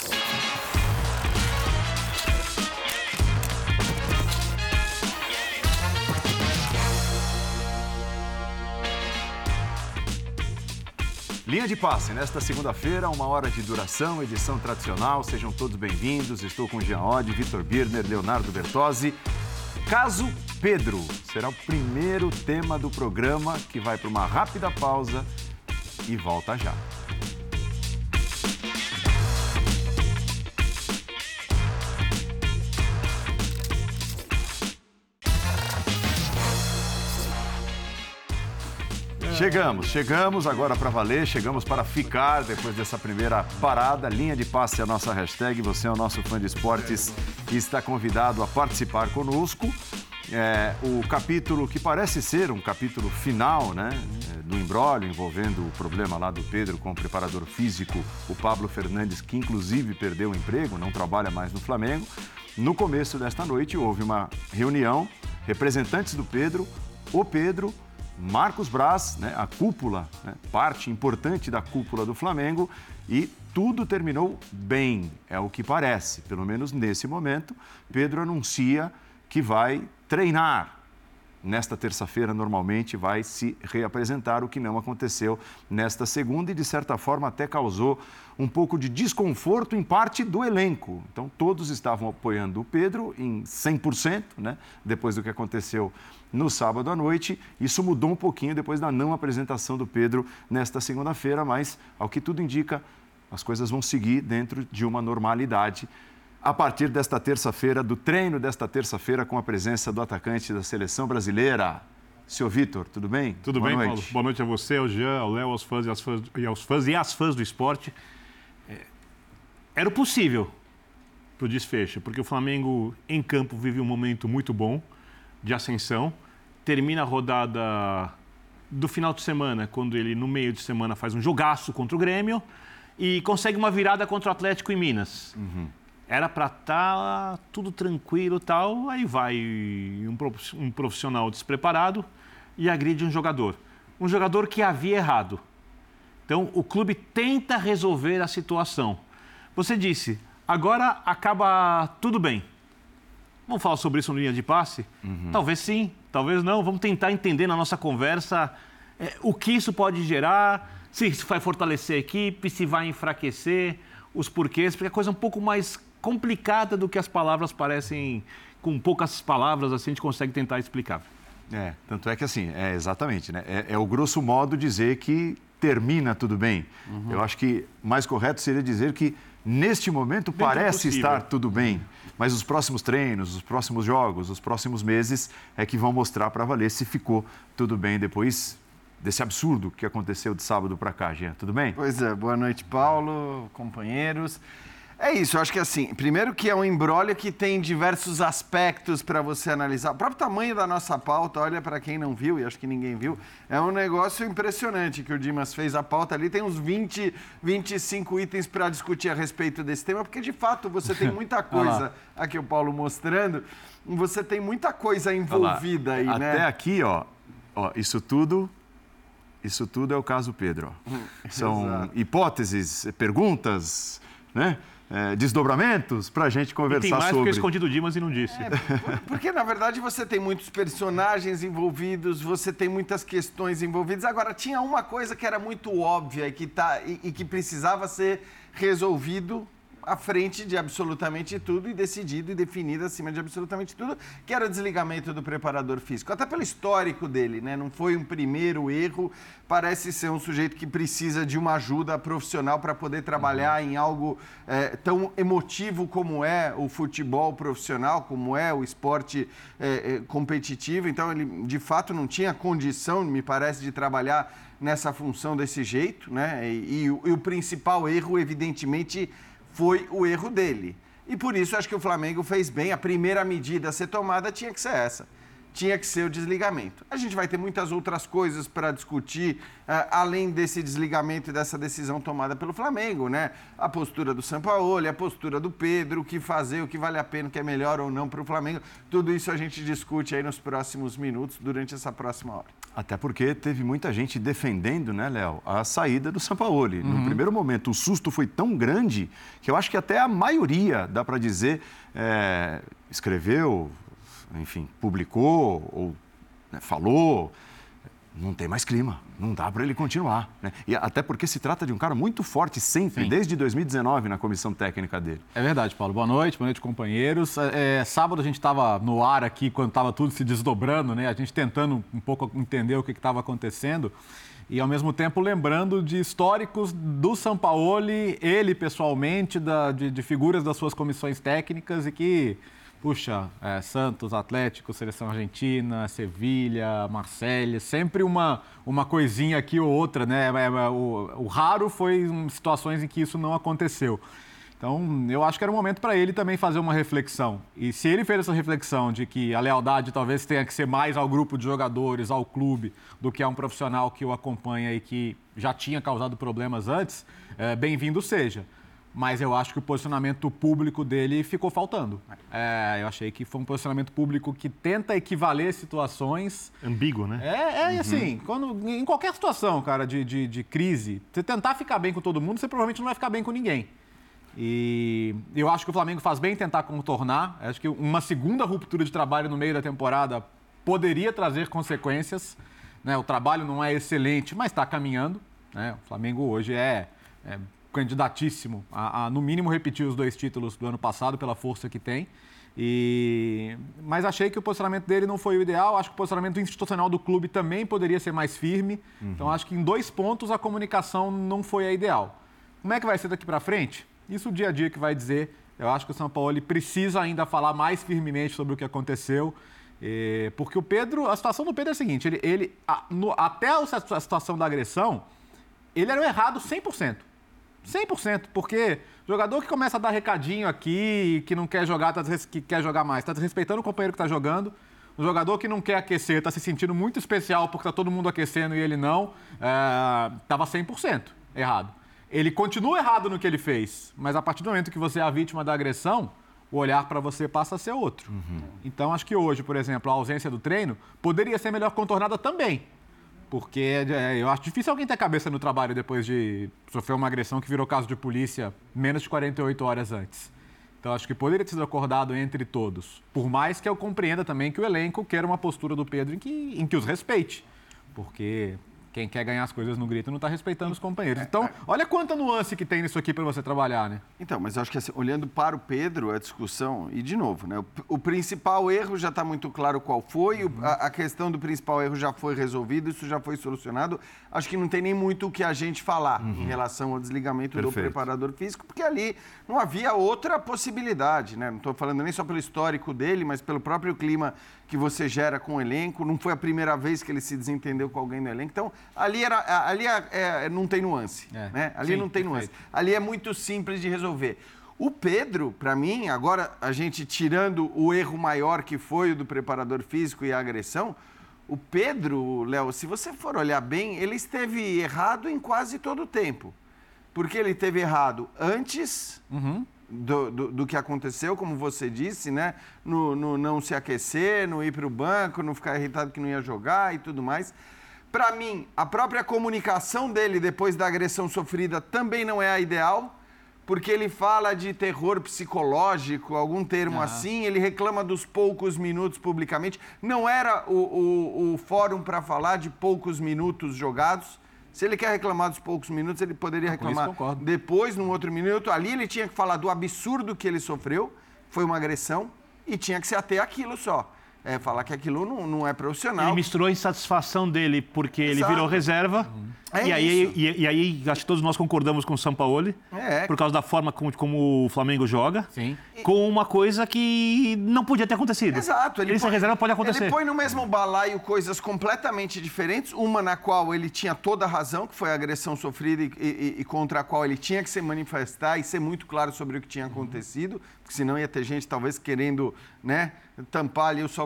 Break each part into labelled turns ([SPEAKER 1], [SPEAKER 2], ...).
[SPEAKER 1] Linha de passe, nesta segunda-feira, 1 hora de duração, edição tradicional. Sejam todos bem-vindos. Estou com Jean Oddi, Vitor Birner, Leonardo Bertozzi. Caso Pedro será o primeiro tema do programa, que vai para uma rápida pausa e volta já. Chegamos agora para valer, chegamos para ficar depois dessa primeira parada. Linha de passe é a nossa hashtag, você é o nosso fã de esportes e está convidado a participar conosco. O capítulo que parece ser um capítulo final, né, do imbróglio envolvendo o problema lá do Pedro com o preparador físico, o Pablo Fernandes, que inclusive perdeu o emprego, não trabalha mais no Flamengo. No começo desta noite houve uma reunião, representantes do Pedro, o Pedro, Marcos Braz, né, a cúpula, né, parte importante da cúpula do Flamengo, e tudo terminou bem, é o que parece. Pelo menos nesse momento, Pedro anuncia que vai treinar. Nesta terça-feira, normalmente, vai se reapresentar, o que não aconteceu nesta segunda e, de certa forma, até causou um pouco de desconforto em parte do elenco. Então, todos estavam apoiando o Pedro em 100%, né, depois do que aconteceu no sábado à noite. Isso mudou um pouquinho depois da não apresentação do Pedro nesta segunda-feira, mas, ao que tudo indica, as coisas vão seguir dentro de uma normalidade a partir desta terça-feira, do treino desta terça-feira, com a presença do atacante da seleção brasileira. Senhor Vitor, tudo bem?
[SPEAKER 2] Tudo bem, Paulo? Boa noite a você, ao Jean, ao Léo, aos fãs e às fãs do esporte. Era o possível para o desfecho, porque o Flamengo, em campo, vive um momento muito bom de ascensão. Termina a rodada do final de semana, quando ele, no meio de semana, faz um jogaço contra o Grêmio e consegue uma virada contra o Atlético em Minas. Era para estar tudo tranquilo e tal, aí vai um profissional despreparado e agride um jogador que havia errado. Então, o clube tenta resolver a situação. Você disse, agora acaba tudo bem. Vamos falar sobre isso no linha de passe? Talvez sim, talvez não. Vamos tentar entender na nossa conversa o que isso pode gerar, se isso vai fortalecer a equipe, se vai enfraquecer, os porquês, porque é coisa um pouco mais complicada do que as palavras parecem. Com poucas palavras, assim, a gente consegue tentar explicar.
[SPEAKER 1] Tanto é que assim, exatamente, né? É o grosso modo dizer que termina tudo bem. Eu acho que mais correto seria dizer que neste momento parece estar tudo bem, mas os próximos treinos, os próximos jogos, os próximos meses é que vão mostrar para valer se ficou tudo bem depois desse absurdo que aconteceu de sábado para cá, Jean. Tudo bem?
[SPEAKER 3] Pois é, boa noite, Paulo, companheiros. É isso, eu acho que assim, primeiro que é um imbróglio que tem diversos aspectos para você analisar. O próprio tamanho da nossa pauta, olha, para quem não viu, e acho que ninguém viu, é um negócio impressionante que o Dimas fez. A pauta ali tem uns 20, 25 itens para discutir a respeito desse tema, porque de fato você tem muita coisa, aqui o Paulo mostrando, você tem muita coisa envolvida aí, né?
[SPEAKER 1] Até aqui, ó, isso tudo é o caso Pedro. São hipóteses, perguntas, né? Desdobramentos para a gente conversar sobre.
[SPEAKER 2] E tem mais porque eu escondi do Dimas e não disse.
[SPEAKER 3] Porque, na verdade, você tem muitos personagens envolvidos, você tem muitas questões envolvidas. Agora, tinha uma coisa que era muito óbvia e que precisava ser resolvido à frente de absolutamente tudo e decidido e definido acima de absolutamente tudo, que era o desligamento do preparador físico. Até pelo histórico dele, né? Não foi um primeiro erro, parece ser um sujeito que precisa de uma ajuda profissional para poder trabalhar em algo tão emotivo como é o futebol profissional, como é o esporte competitivo. Então, ele, de fato, não tinha condição, me parece, de trabalhar nessa função desse jeito, né? E o principal erro, evidentemente, foi o erro dele. E por isso acho que o Flamengo fez bem. A primeira medida a ser tomada tinha que ser essa. tinha que ser o desligamento. A gente vai ter muitas outras coisas para discutir, além desse desligamento e dessa decisão tomada pelo Flamengo, né? A postura do Sampaoli, a postura do Pedro, o que fazer, o que vale a pena, o que é melhor ou não para o Flamengo. Tudo isso a gente discute aí nos próximos minutos, durante essa próxima hora.
[SPEAKER 1] Até porque teve muita gente defendendo, né, Léo, a saída do Sampaoli. No primeiro momento, o susto foi tão grande que eu acho que até a maioria, dá para dizer, escreveu, enfim, publicou ou falou, não tem mais clima, não dá para ele continuar. Né? E até porque se trata de um cara muito forte sempre, desde 2019, na comissão técnica dele.
[SPEAKER 4] É verdade, Paulo. Boa noite, companheiros. Sábado a gente estava no ar aqui, quando estava tudo se desdobrando, né? A gente tentando um pouco entender o que estava acontecendo e, ao mesmo tempo, lembrando de históricos do Sampaoli, ele pessoalmente, de figuras das suas comissões técnicas e que... Puxa, Santos, Atlético, Seleção Argentina, Sevilha, Marselha, sempre uma coisinha aqui ou outra, né? O raro foi em situações em que isso não aconteceu. Então, eu acho que era um momento para ele também fazer uma reflexão. E se ele fez essa reflexão de que a lealdade talvez tenha que ser mais ao grupo de jogadores, ao clube, do que a um profissional que o acompanha e que já tinha causado problemas antes, bem-vindo seja. Mas eu acho que o posicionamento público dele ficou faltando. Eu achei que foi um posicionamento público que tenta equivaler situações...
[SPEAKER 2] Ambíguo, né?
[SPEAKER 4] Assim, em qualquer situação, cara, de crise, você tentar ficar bem com todo mundo, você provavelmente não vai ficar bem com ninguém. E eu acho que o Flamengo faz bem em tentar contornar. Acho que uma segunda ruptura de trabalho no meio da temporada poderia trazer consequências. Né? O trabalho não é excelente, mas está caminhando. Né? O Flamengo hoje é candidatíssimo a, no mínimo, repetir os 2 títulos do ano passado pela força que tem. Mas achei que o posicionamento dele não foi o ideal. Acho que o posicionamento institucional do clube também poderia ser mais firme. Então, acho que em 2 pontos a comunicação não foi a ideal. Como é que vai ser daqui para frente? Isso o dia a dia que vai dizer. Eu acho que o Sampaoli precisa ainda falar mais firmemente sobre o que aconteceu. Porque o Pedro, a situação do Pedro é a seguinte, até a situação da agressão, ele era o errado 100%. 100%, porque jogador que começa a dar recadinho aqui, que não quer jogar, que quer jogar mais, está desrespeitando o companheiro que está jogando. O jogador que não quer aquecer, está se sentindo muito especial porque está todo mundo aquecendo e ele não, estava 100% errado. Ele continua errado no que ele fez, mas a partir do momento que você é a vítima da agressão, o olhar para você passa a ser outro. Então, acho que hoje, por exemplo, a ausência do treino poderia ser melhor contornada também. Porque eu acho difícil alguém ter cabeça no trabalho depois de sofrer uma agressão que virou caso de polícia menos de 48 horas antes. Então, acho que poderia ter sido acordado entre todos. Por mais que eu compreenda também que o elenco queira uma postura do Pedro em que os respeite. Porque quem quer ganhar as coisas no grito não está respeitando os companheiros. Então, olha quanta nuance que tem nisso aqui para você trabalhar, né?
[SPEAKER 3] Então, mas eu acho que assim, olhando para o Pedro, a discussão, e de novo, né? O principal erro já está muito claro qual foi, a questão do principal erro já foi resolvida, isso já foi solucionado. Acho que não tem nem muito o que a gente falar em relação ao desligamento do preparador físico, porque ali não havia outra possibilidade, né? Não estou falando nem só pelo histórico dele, mas pelo próprio clima que você gera com o elenco. Não foi a primeira vez que ele se desentendeu com alguém no elenco. Então, ali não tem nuance. Né? Ali não tem nuance. Ali é muito simples de resolver. O Pedro, para mim, agora a gente tirando o erro maior que foi o do preparador físico e a agressão, o Pedro, Léo, se você for olhar bem, ele esteve errado em quase todo o tempo. Porque ele esteve errado antes... Do que aconteceu, como você disse, né? No não se aquecer, no ir para o banco, não ficar irritado que não ia jogar e tudo mais. Para mim, a própria comunicação dele depois da agressão sofrida também não é a ideal, porque ele fala de terror psicológico, algum termo assim, ele reclama dos poucos minutos publicamente. Não era o fórum para falar de poucos minutos jogados. Se ele quer reclamar dos poucos minutos, ele poderia reclamar depois, num outro minuto. Ali ele tinha que falar do absurdo que ele sofreu, foi uma agressão, e tinha que se ater àquilo só. Falar que aquilo não é profissional.
[SPEAKER 2] Ele misturou a insatisfação dele porque ele virou reserva. E aí, acho que todos nós concordamos com o Sampaoli, por causa da forma como o Flamengo joga, com uma coisa que não podia ter acontecido.
[SPEAKER 3] Exato.
[SPEAKER 2] Ele ser reserva pode acontecer.
[SPEAKER 3] Ele põe no mesmo balaio coisas completamente diferentes, uma na qual ele tinha toda a razão, que foi a agressão sofrida e contra a qual ele tinha que se manifestar e ser muito claro sobre o que tinha acontecido, porque senão ia ter gente talvez querendo, né, tampar ali o sol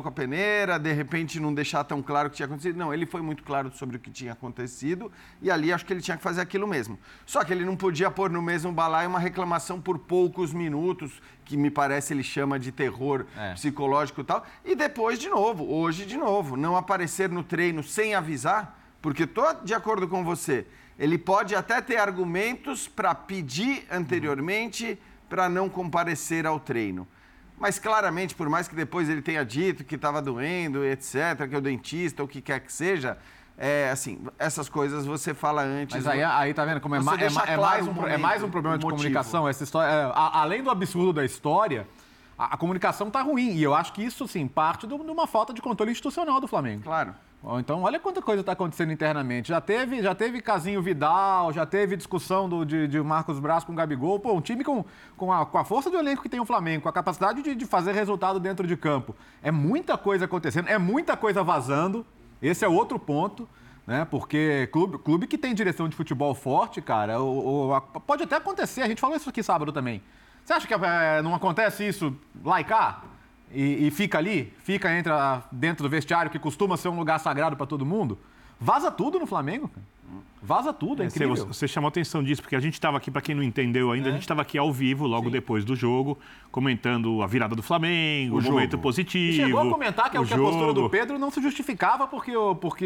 [SPEAKER 3] com a peneira, de repente não deixar tão claro o que tinha acontecido. Não, ele foi muito claro sobre o que tinha acontecido e ali acho que ele tinha que fazer aquilo mesmo. Só que ele não podia pôr no mesmo balaio uma reclamação por poucos minutos, que me parece ele chama de terror psicológico e tal. E depois, de novo, hoje de novo, não aparecer no treino sem avisar, porque estou de acordo com você. Ele pode até ter argumentos para pedir anteriormente para não comparecer ao treino. Mas claramente, por mais que depois ele tenha dito que estava doendo, etc., que é o dentista, ou o que quer que seja, assim, essas coisas você fala antes.
[SPEAKER 4] Mas aí tá vendo como é mais um problema de comunicação. Essa história, além do absurdo da história, a comunicação tá ruim. E eu acho que isso, sim, parte de uma falta de controle institucional do Flamengo.
[SPEAKER 3] Claro.
[SPEAKER 4] Então, olha quanta coisa está acontecendo internamente. Já teve casinho Vidal, já teve discussão de Marcos Braz com o Gabigol. Pô, um time com a força do elenco que tem o Flamengo, com a capacidade de fazer resultado dentro de campo. É muita coisa acontecendo, é muita coisa vazando. Esse é outro ponto, né? Porque clube que tem direção de futebol forte, cara, pode até acontecer. A gente falou isso aqui sábado também. Você acha que não acontece isso lá e cá? E fica ali, dentro do vestiário, que costuma ser um lugar sagrado para todo mundo? Vaza tudo no Flamengo, cara. Vaza tudo, é incrível.
[SPEAKER 2] Você chamou a atenção disso, porque a gente estava aqui, para quem não entendeu ainda, a gente estava aqui ao vivo, logo depois do jogo, comentando a virada do Flamengo, o momento positivo.
[SPEAKER 4] E chegou a comentar que a postura do Pedro não se justificava porque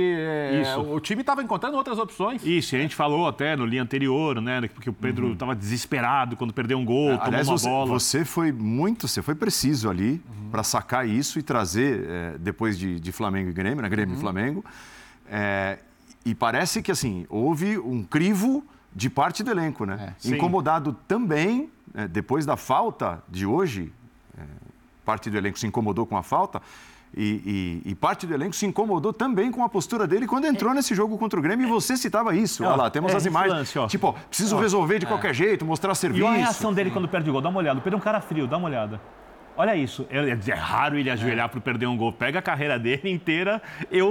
[SPEAKER 4] o time estava encontrando outras opções.
[SPEAKER 2] Isso, e a gente falou até no linha anterior, né? Porque o Pedro estava desesperado quando perdeu um gol, tomou uma bola.
[SPEAKER 1] Você foi preciso ali para sacar isso e trazer, depois de Flamengo e Grêmio, né? Grêmio e Flamengo. E parece que, assim, houve um crivo de parte do elenco, né? Incomodado também, depois da falta de hoje, parte do elenco se incomodou com a falta e parte do elenco se incomodou também com a postura dele quando entrou nesse jogo contra o Grêmio e você citava isso. Olha lá, temos as imagens. Tipo, preciso resolver de qualquer jeito, mostrar serviço.
[SPEAKER 5] E a reação dele quando perde o gol, dá uma olhada. O Pedro é um cara frio, dá uma olhada. Olha isso. É raro ele ajoelhar para perder um gol. Pega a carreira dele inteira.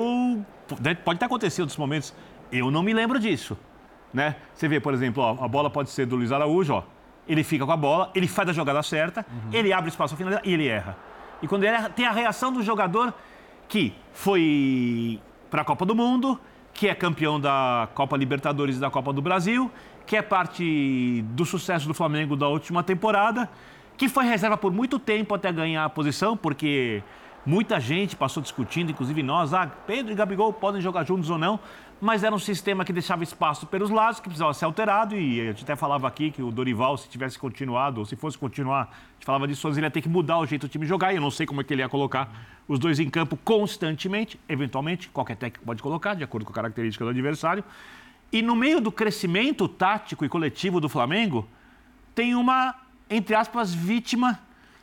[SPEAKER 5] Pode ter acontecido outros momentos. Eu não me lembro disso. Né? Você vê, por exemplo, a bola pode ser do Luiz Araújo. Ele fica com a bola, ele faz a jogada certa, ele abre espaço ao final e ele erra. E quando ele erra, tem a reação do jogador que foi para a Copa do Mundo, que é campeão da Copa Libertadores e da Copa do Brasil, que é parte do sucesso do Flamengo da última temporada, que foi reserva por muito tempo até ganhar a posição, porque muita gente passou discutindo, inclusive nós, Pedro e Gabigol podem jogar juntos ou não, mas era um sistema que deixava espaço pelos lados, que precisava ser alterado, e a gente até falava aqui que o Dorival, se tivesse continuado, ou se fosse continuar, a gente falava disso, ele ia ter que mudar o jeito do time jogar, e eu não sei como é que ele ia colocar os dois em campo constantemente, eventualmente, qualquer técnico pode colocar, de acordo com a característica do adversário. E no meio do crescimento tático e coletivo do Flamengo, tem uma, entre aspas, vítima,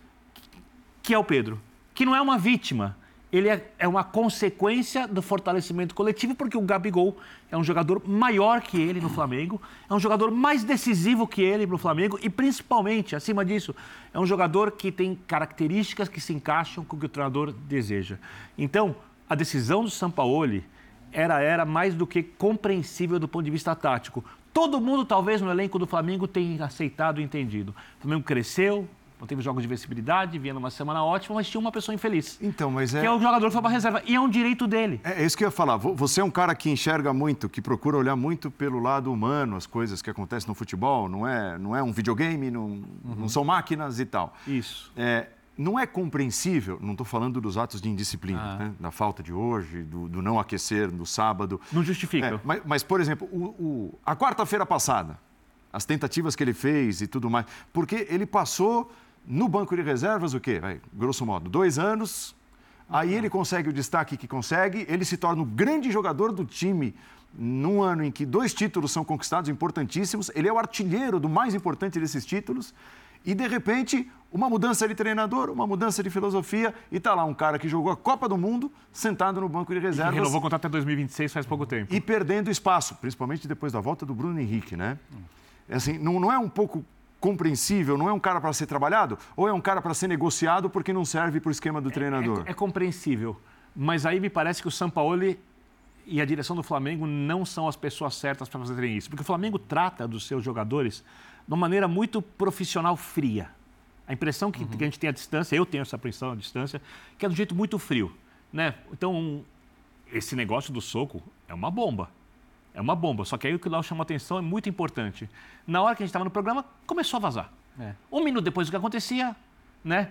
[SPEAKER 5] que é o Pedro. Que não é uma vítima, ele é uma consequência do fortalecimento coletivo, porque o Gabigol é um jogador maior que ele no Flamengo, é um jogador mais decisivo que ele no Flamengo e, principalmente, acima disso, é um jogador que tem características que se encaixam com o que o treinador deseja. Então, a decisão do Sampaoli era mais do que compreensível do ponto de vista tático. Todo mundo, talvez, no elenco do Flamengo tenha aceitado e entendido. O Flamengo cresceu, não teve jogos de invencibilidade, vinha numa semana ótima, mas tinha uma pessoa infeliz.
[SPEAKER 1] Então, mas
[SPEAKER 5] que é o jogador que foi para a reserva. E é um direito dele.
[SPEAKER 1] É isso que eu ia falar. Você é um cara que enxerga muito, que procura olhar muito pelo lado humano, as coisas que acontecem no futebol. Não é um videogame, não são máquinas e tal.
[SPEAKER 5] Isso.
[SPEAKER 1] Não é compreensível, não estou falando dos atos de indisciplina, né? Da falta de hoje, do não aquecer, do sábado.
[SPEAKER 5] Não justifica.
[SPEAKER 1] Mas, por exemplo, a quarta-feira passada, as tentativas que ele fez e tudo mais, porque ele passou no banco de reservas, o quê? Grosso modo, 2 anos, aí ele consegue o destaque que consegue, ele se torna o grande jogador do time num ano em que 2 títulos são conquistados importantíssimos, ele é o artilheiro do mais importante desses títulos, e de repente, uma mudança de treinador, uma mudança de filosofia, e está lá um cara que jogou a Copa do Mundo sentado no banco de reservas.
[SPEAKER 2] E renovou o contrato até 2026, faz pouco tempo.
[SPEAKER 1] E perdendo espaço, principalmente depois da volta do Bruno Henrique, né? Assim, não é um pouco compreensível, não é um cara para ser trabalhado? Ou é um cara para ser negociado porque não serve para o esquema do treinador?
[SPEAKER 5] É compreensível, mas aí me parece que o Sampaoli e a direção do Flamengo não são as pessoas certas para fazerem isso. Porque o Flamengo trata dos seus jogadores de uma maneira muito profissional fria. A impressão que a gente tem à distância, eu tenho essa impressão à distância, que é de um jeito muito frio, né? Então, esse negócio do soco é uma bomba. É uma bomba. Só que aí o que o Léo chamou a atenção é muito importante. Na hora que a gente estava no programa, começou a vazar. Um minuto depois do que acontecia, né?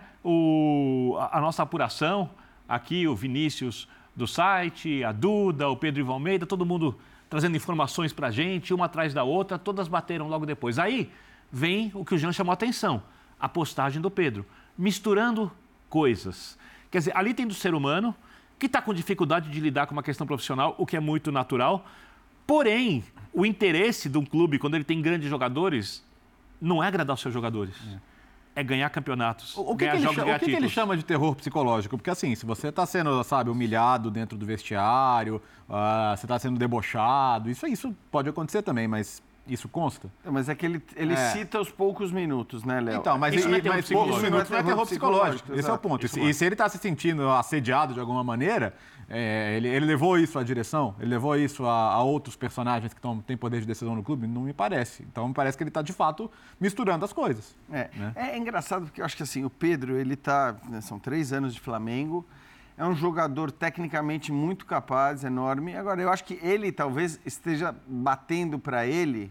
[SPEAKER 5] A nossa apuração, aqui o Vinícius do site, a Duda, o Pedro Ivo Almeida, todo mundo trazendo informações para a gente, uma atrás da outra, todas bateram logo depois. Aí vem o que o Jean chamou a atenção, a postagem do Pedro, misturando coisas. Quer dizer, ali tem do ser humano, que está com dificuldade de lidar com uma questão profissional, o que é muito natural. Porém, o interesse de um clube, quando ele tem grandes jogadores, não é agradar os seus jogadores. É ganhar campeonatos, ganhar jogos, ganhar títulos.
[SPEAKER 4] O que ele chama de terror psicológico? Porque assim, se você está sendo, sabe, humilhado dentro do vestiário, você está sendo debochado, isso pode acontecer também, mas isso consta?
[SPEAKER 3] Mas é que ele cita os poucos minutos, né, Léo?
[SPEAKER 4] Então, mas poucos minutos não é terror psicológico. Esse é o ponto. E se ele está se sentindo assediado de alguma maneira, ele levou isso à direção? Ele levou isso a outros personagens que têm poder de decisão no clube? Não me parece. Então, me parece que ele está, de fato, misturando as coisas.
[SPEAKER 3] É engraçado porque eu acho que assim, o Pedro, ele está... São 3 anos de Flamengo, é um jogador tecnicamente muito capaz, enorme. Agora, eu acho que ele talvez esteja batendo para ele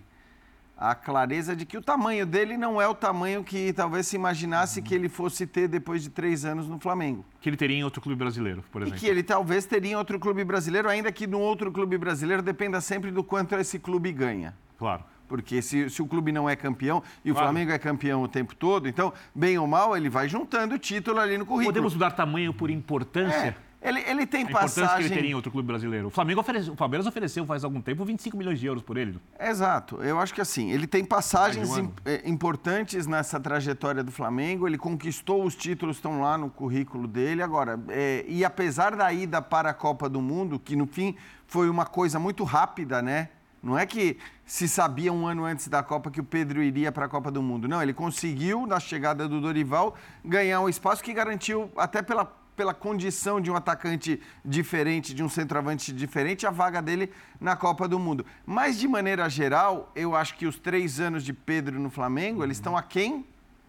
[SPEAKER 3] a clareza de que o tamanho dele não é o tamanho que talvez se imaginasse que ele fosse ter depois de 3 anos no Flamengo.
[SPEAKER 5] Que ele teria em outro clube brasileiro, por exemplo.
[SPEAKER 3] E que ele talvez teria em outro clube brasileiro, ainda que no outro clube brasileiro dependa sempre do quanto esse clube ganha.
[SPEAKER 5] Claro.
[SPEAKER 3] Porque se o clube não é campeão e o Flamengo é campeão o tempo todo, então, bem ou mal, ele vai juntando o título ali no currículo.
[SPEAKER 5] Podemos dar tamanho por importância?
[SPEAKER 3] Ele tem
[SPEAKER 5] a importância
[SPEAKER 3] passagem...
[SPEAKER 5] que ele teria em outro clube brasileiro. O Palmeiras ofereceu faz algum tempo 25 milhões de euros por ele.
[SPEAKER 3] Exato. Eu acho que assim, ele tem passagens importantes nessa trajetória do Flamengo, ele conquistou os títulos, estão lá no currículo dele. Agora, e apesar da ida para a Copa do Mundo, que no fim foi uma coisa muito rápida, né? Não é que se sabia um ano antes da Copa que o Pedro iria para a Copa do Mundo. Não, ele conseguiu, na chegada do Dorival, ganhar um espaço que garantiu, até pela condição de um atacante diferente, de um centroavante diferente, a vaga dele na Copa do Mundo. Mas, de maneira geral, eu acho que os 3 anos de Pedro no Flamengo, eles estão aquém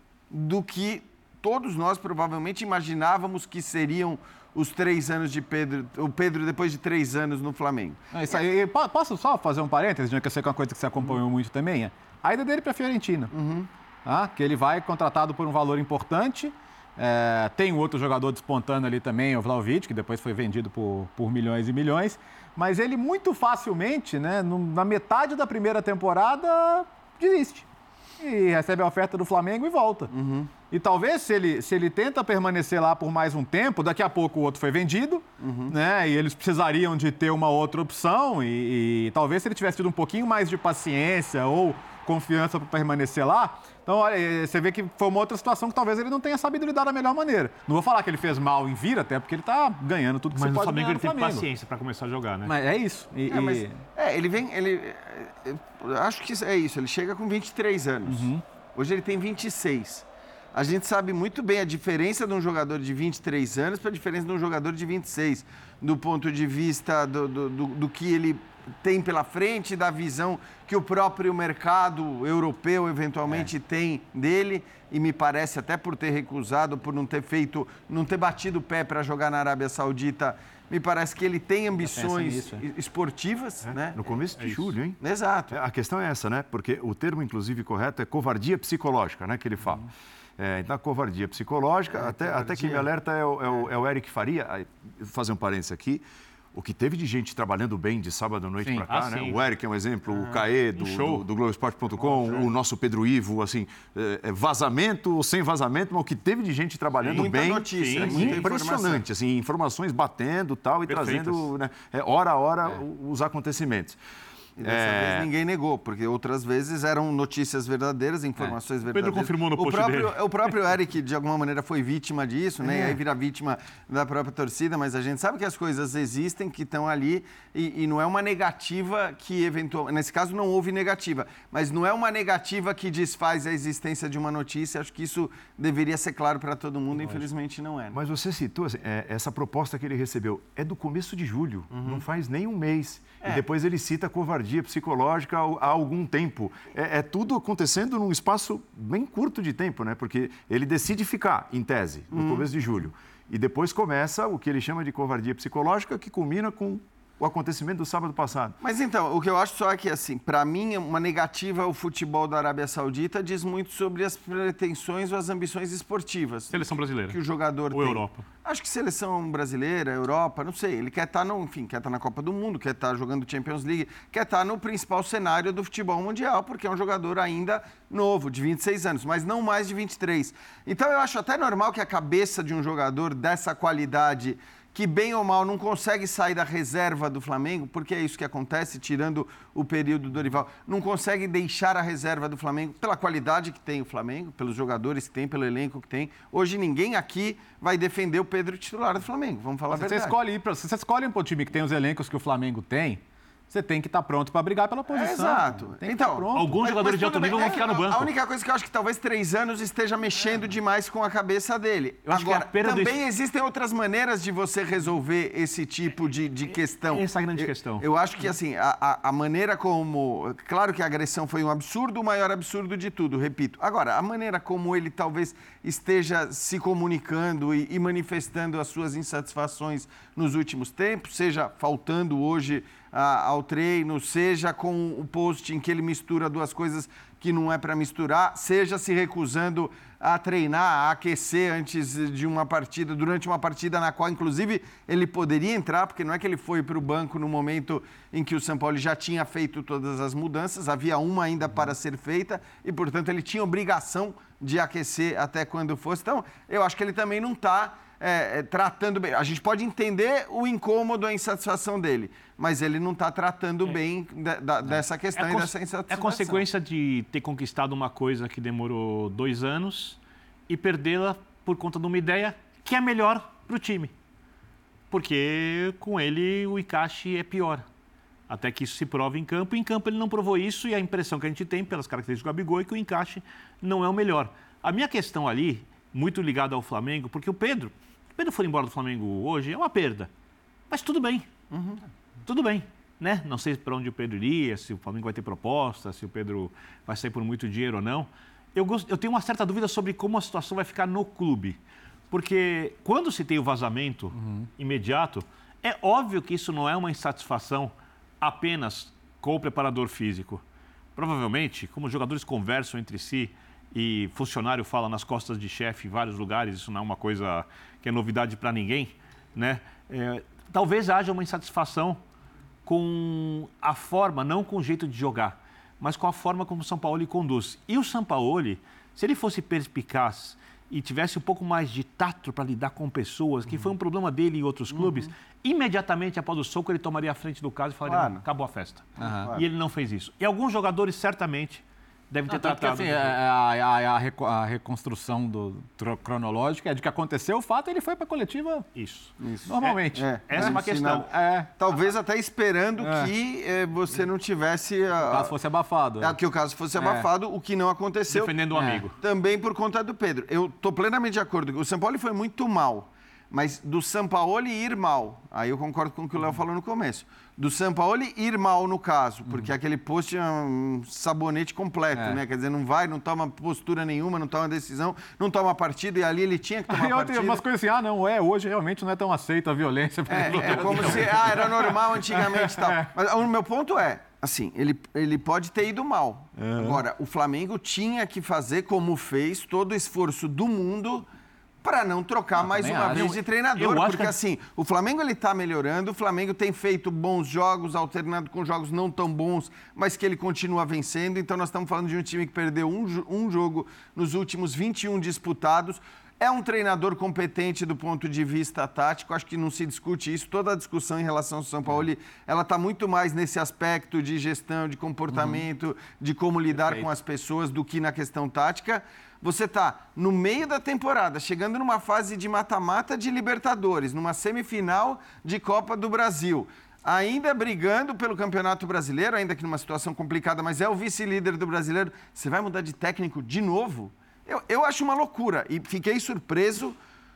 [SPEAKER 3] do que todos nós provavelmente imaginávamos que seriam os 3 anos de Pedro, o Pedro depois de 3 anos no Flamengo.
[SPEAKER 4] Isso aí, posso só fazer um parênteses, que eu sei que é uma coisa que você acompanhou muito também? A ida dele para a Fiorentina, que ele vai contratado por um valor importante. Tem outro jogador despontando ali também, o Vlahovic, que depois foi vendido por milhões e milhões, mas ele muito facilmente, né, na metade da primeira temporada, desiste. E recebe a oferta do Flamengo e volta. E talvez, se ele tenta permanecer lá por mais um tempo, daqui a pouco o outro foi vendido, né? E eles precisariam de ter uma outra opção. E talvez, se ele tivesse tido um pouquinho mais de paciência ou confiança para permanecer lá. Então, olha, você vê que foi uma outra situação que talvez ele não tenha sabido lidar da melhor maneira. Não vou falar que ele fez mal em vir, até porque ele está ganhando tudo que você pode ganhar no Flamengo.
[SPEAKER 5] Mas no Flamengo ele teve paciência para começar a jogar, né?
[SPEAKER 4] Mas é isso.
[SPEAKER 3] Acho que é isso. Ele chega com 23 anos. Hoje ele tem 26. A gente sabe muito bem a diferença de um jogador de 23 anos para a diferença de um jogador de 26, do ponto de vista do que ele tem pela frente, da visão que o próprio mercado europeu eventualmente tem dele, e me parece até por ter recusado, por não ter batido o pé para jogar na Arábia Saudita, me parece que ele tem ambições esportivas, né?
[SPEAKER 1] No começo de julho, hein?
[SPEAKER 3] Exato.
[SPEAKER 1] A questão é essa, né? Porque o termo, inclusive, correto é covardia psicológica, né? Que ele fala. Então, a covardia psicológica, até quem me alerta é o Eric Faria. Vou fazer um parênteses aqui. O que teve de gente trabalhando bem de sábado à noite para cá, né? O Eric é um exemplo, o Caê do Globoesporte.com, o nosso Pedro Ivo, assim, vazamento ou sem vazamento, mas o que teve de gente trabalhando
[SPEAKER 3] muita
[SPEAKER 1] bem,
[SPEAKER 3] notícia,
[SPEAKER 1] impressionante, assim, informações batendo tal, e trazendo, né, hora a hora os acontecimentos.
[SPEAKER 3] E dessa vez ninguém negou, porque outras vezes eram notícias verdadeiras, informações verdadeiras.
[SPEAKER 5] Pedro confirmou no post dele.
[SPEAKER 3] O próprio Eric, de alguma maneira, foi vítima disso, né? E aí vira vítima da própria torcida, mas a gente sabe que as coisas existem, que estão ali, e não é uma negativa que, eventualmente... Nesse caso, não houve negativa, mas não é uma negativa que desfaz a existência de uma notícia. Acho que isso deveria ser claro para todo mundo, infelizmente não é. Né?
[SPEAKER 1] Mas você citou, assim, essa proposta que ele recebeu é do começo de julho, não faz nem um mês. E depois ele cita a covardia covardia psicológica há algum tempo. É tudo acontecendo num espaço bem curto de tempo, né? Porque ele decide ficar, em tese, no começo de julho. E depois começa o que ele chama de covardia psicológica, que culmina com o acontecimento do sábado passado.
[SPEAKER 3] Mas então, o que eu acho só é que, assim, para mim, uma negativa ao futebol da Arábia Saudita diz muito sobre as pretensões ou as ambições esportivas.
[SPEAKER 2] Seleção brasileira.
[SPEAKER 3] Que o jogador
[SPEAKER 2] ou
[SPEAKER 3] tem.
[SPEAKER 2] Europa.
[SPEAKER 3] Acho que seleção brasileira, Europa, não sei. Ele quer estar quer estar na Copa do Mundo, quer estar jogando Champions League, quer estar no principal cenário do futebol mundial, porque é um jogador ainda novo, de 26 anos, mas não mais de 23. Então, eu acho até normal que a cabeça de um jogador dessa qualidade, que bem ou mal não consegue sair da reserva do Flamengo, porque é isso que acontece, tirando o período do Dorival, não consegue deixar a reserva do Flamengo pela qualidade que tem o Flamengo, pelos jogadores que tem, pelo elenco que tem. Hoje ninguém aqui vai defender o Pedro titular do Flamengo, vamos falar a verdade.
[SPEAKER 4] Se você escolhe um time que tem os elencos que o Flamengo tem, você tem que estar pronto para brigar pela posição.
[SPEAKER 3] Exato.
[SPEAKER 4] Tem que estar pronto.
[SPEAKER 2] Alguns jogadores de alto nível vão ficar no banco.
[SPEAKER 3] A única coisa que eu acho que talvez 3 anos esteja mexendo demais com a cabeça dele.
[SPEAKER 2] Eu acho que a perda
[SPEAKER 3] também existem outras maneiras de você resolver esse tipo de questão.
[SPEAKER 2] Essa é a grande questão.
[SPEAKER 3] Eu acho que, assim, a maneira como... Claro que a agressão foi um absurdo, o maior absurdo de tudo, repito. Agora, a maneira como ele talvez esteja se comunicando e manifestando as suas insatisfações nos últimos tempos, seja faltando hoje ao treino, seja com o post em que ele mistura duas coisas que não é para misturar, seja se recusando a treinar, a aquecer antes de uma partida, durante uma partida na qual, inclusive, ele poderia entrar, porque não é que ele foi para o banco no momento em que o São Paulo já tinha feito todas as mudanças, havia uma ainda para ser feita e, portanto, ele tinha obrigação de aquecer até quando fosse. Então, eu acho que ele também não está tratando bem. A gente pode entender o incômodo, a insatisfação dele, mas ele não está tratando bem dessa questão e dessa insatisfação.
[SPEAKER 2] É consequência de ter conquistado uma coisa que demorou 2 anos e perdê-la por conta de uma ideia que é melhor para o time. Porque com ele o encaixe é pior. Até que isso se prove em campo. E em campo ele não provou isso e a impressão que a gente tem pelas características do Gabigol é que o encaixe não é o melhor. A minha questão ali, muito ligada ao Flamengo, porque o Pedro for embora do Flamengo hoje, é uma perda. Mas tudo bem. Tudo bem. Né? Não sei para onde o Pedro iria, se o Flamengo vai ter proposta, se o Pedro vai sair por muito dinheiro ou não. Eu tenho uma certa dúvida sobre como a situação vai ficar no clube. Porque quando se tem o vazamento imediato, é óbvio que isso não é uma insatisfação apenas com o preparador físico. Provavelmente, como os jogadores conversam entre si e funcionário fala nas costas de chefe em vários lugares, isso não é uma coisa que é novidade para ninguém, né? Talvez haja uma insatisfação com a forma, não com o jeito de jogar, mas com a forma como o Sampaoli conduz. E o Sampaoli, se ele fosse perspicaz e tivesse um pouco mais de tato para lidar com pessoas, que foi um problema dele em outros clubes, imediatamente após o soco ele tomaria a frente do caso e falaria, não, acabou a festa. E ele não fez isso. E alguns jogadores certamente devem ter tratado.
[SPEAKER 4] Assim, a reconstrução cronológica é de que aconteceu o fato e ele foi para a coletiva.
[SPEAKER 2] Isso.
[SPEAKER 4] Normalmente.
[SPEAKER 2] Essa é uma questão.
[SPEAKER 3] Talvez até esperando que você não tivesse...
[SPEAKER 4] o caso fosse abafado.
[SPEAKER 3] Que o caso fosse abafado, o que não aconteceu.
[SPEAKER 2] Defendendo um amigo.
[SPEAKER 3] Também por conta do Pedro. Eu estou plenamente de acordo. O São Paulo foi muito mal. Mas do Sampaoli ir mal, aí eu concordo com o que o Léo falou no começo, do Sampaoli ir mal no caso, porque aquele post é um sabonete completo, né? Quer dizer, não toma postura nenhuma, não toma decisão, não toma partido, e ali ele tinha que tomar partido.
[SPEAKER 4] Umas coisas assim, hoje realmente não é tão aceita a violência.
[SPEAKER 3] É como se era normal antigamente e tal. Mas o meu ponto é, assim, ele pode ter ido mal. Agora, o Flamengo tinha que fazer, como fez, todo o esforço do mundo para não trocar mais uma vez de treinador. Porque, assim, o Flamengo ele está melhorando, o Flamengo tem feito bons jogos, alternando com jogos não tão bons, mas que ele continua vencendo. Então, nós estamos falando de um time que perdeu um jogo nos últimos 21 disputados. É um treinador competente do ponto de vista tático, acho que não se discute isso. Toda a discussão em relação ao São Paulo, ela está muito mais nesse aspecto de gestão, de comportamento, de como lidar com as pessoas, do que na questão tática. Você está no meio da temporada, chegando numa fase de mata-mata de Libertadores, numa semifinal de Copa do Brasil, ainda brigando pelo Campeonato Brasileiro, ainda que numa situação complicada, mas é o vice-líder do Brasileiro. Você vai mudar de técnico de novo? Eu acho uma loucura e fiquei surpreso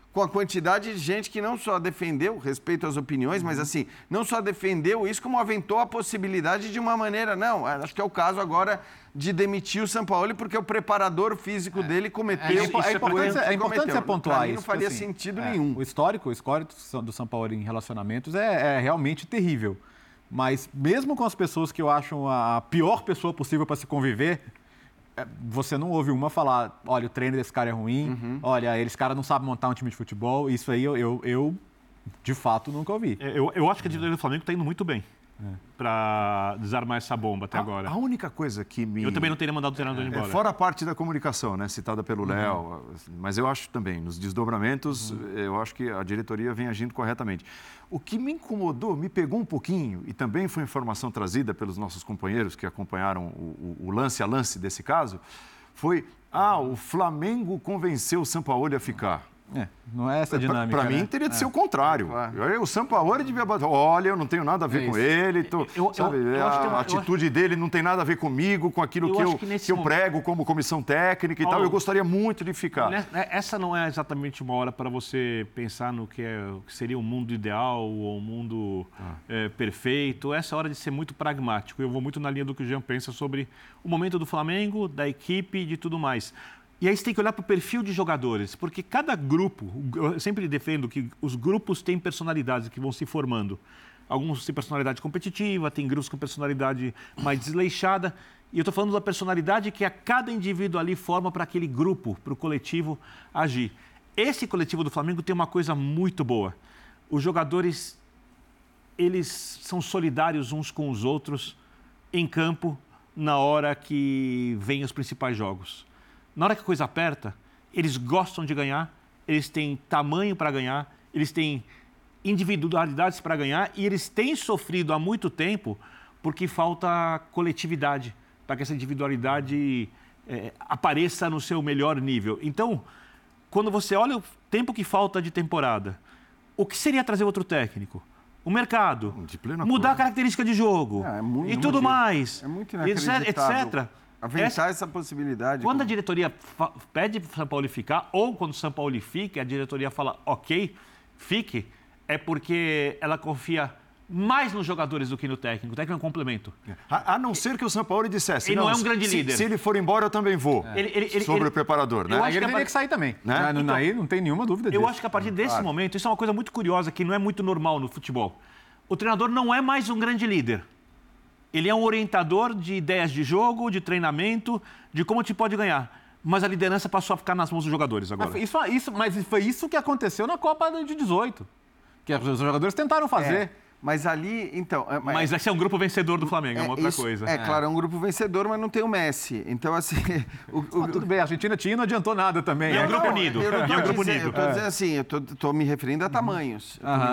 [SPEAKER 3] com a quantidade de gente que não só defendeu, respeito às opiniões, mas assim, não só defendeu isso, como aventou a possibilidade de uma maneira, não, acho que é o caso agora de demitir o Sampaoli, porque o preparador físico dele cometeu...
[SPEAKER 4] É importante você pontuar isso.
[SPEAKER 3] Não faria
[SPEAKER 4] assim,
[SPEAKER 3] sentido nenhum.
[SPEAKER 4] O histórico do Sampaoli em relacionamentos é realmente terrível. Mas mesmo com as pessoas que eu acho a pior pessoa possível para se conviver, você não ouve uma falar, olha, o treino desse cara é ruim, olha, esse cara não sabe montar um time de futebol. Isso aí eu de fato, nunca ouvi.
[SPEAKER 2] Eu acho que a diretoria do Flamengo está indo muito bem para desarmar essa bomba até agora.
[SPEAKER 1] A única coisa que me...
[SPEAKER 2] Eu também não teria mandado o treinador embora.
[SPEAKER 1] Fora a parte da comunicação, né, citada pelo Léo, mas eu acho também, nos desdobramentos, eu acho que a diretoria vem agindo corretamente. O que me incomodou, me pegou um pouquinho, e também foi informação trazida pelos nossos companheiros que acompanharam o lance a lance desse caso, foi, o Flamengo convenceu o Sampaoli a ficar.
[SPEAKER 4] Não é essa a dinâmica.
[SPEAKER 1] Para mim, teria de ser o contrário. Claro. O Sampaoli devia bater. Olha, eu não tenho nada a ver com ele. A atitude dele não tem nada a ver comigo, com aquilo que eu prego como comissão técnica e tal. Eu gostaria muito de ficar.
[SPEAKER 2] Essa não é exatamente uma hora para você pensar no que seria um mundo ideal ou um mundo perfeito. Essa é a hora de ser muito pragmático. Eu vou muito na linha do que o Jean pensa sobre o momento do Flamengo, da equipe e de tudo mais. E aí você tem que olhar para o perfil de jogadores, porque cada grupo, eu sempre defendo que os grupos têm personalidades que vão se formando. Alguns têm personalidade competitiva, tem grupos com personalidade mais desleixada. E eu estou falando da personalidade que a cada indivíduo ali forma para aquele grupo, para o coletivo agir. Esse coletivo do Flamengo tem uma coisa muito boa. Os jogadores, eles são solidários uns com os outros em campo na hora que vêm os principais jogos. Na hora que a coisa aperta, eles gostam de ganhar, eles têm tamanho para ganhar, eles têm individualidades para ganhar e eles têm sofrido há muito tempo porque falta coletividade, para que essa individualidade apareça no seu melhor nível. Então, quando você olha o tempo que falta de temporada, o que seria trazer outro técnico? O mercado, mudar a característica de jogo e tudo mais, etc.
[SPEAKER 3] Aventar essa possibilidade.
[SPEAKER 2] Quando a diretoria pede para o São Paulo ficar, ou quando o São Paulo fica, a diretoria fala, ok, fique, é porque ela confia mais nos jogadores do que no técnico. O técnico é um complemento.
[SPEAKER 1] A não ser que o São Paulo dissesse...
[SPEAKER 2] Ele não é um grande líder.
[SPEAKER 1] Se ele for embora, eu também vou. Sobre o preparador, né?
[SPEAKER 4] Eu acho que ele teria que sair também. Né? Aí não tem nenhuma dúvida disso.
[SPEAKER 2] Eu acho que a partir desse momento, isso é uma coisa muito curiosa, que não é muito normal no futebol. O treinador não é mais um grande líder. Ele é um orientador de ideias de jogo, de treinamento, de como te pode ganhar. Mas a liderança passou a ficar nas mãos dos jogadores agora.
[SPEAKER 4] Mas foi isso que aconteceu na Copa de 18. Que os jogadores tentaram fazer.
[SPEAKER 3] Mas ali, então...
[SPEAKER 2] Mas esse é um grupo vencedor do Flamengo, é uma outra coisa.
[SPEAKER 3] Claro, é um grupo vencedor, mas não tem o Messi. Então, assim...
[SPEAKER 4] Tudo bem, a Argentina tinha e não adiantou nada também.
[SPEAKER 2] É um grupo unido.
[SPEAKER 3] Eu estou dizendo assim, eu estou me referindo a tamanhos.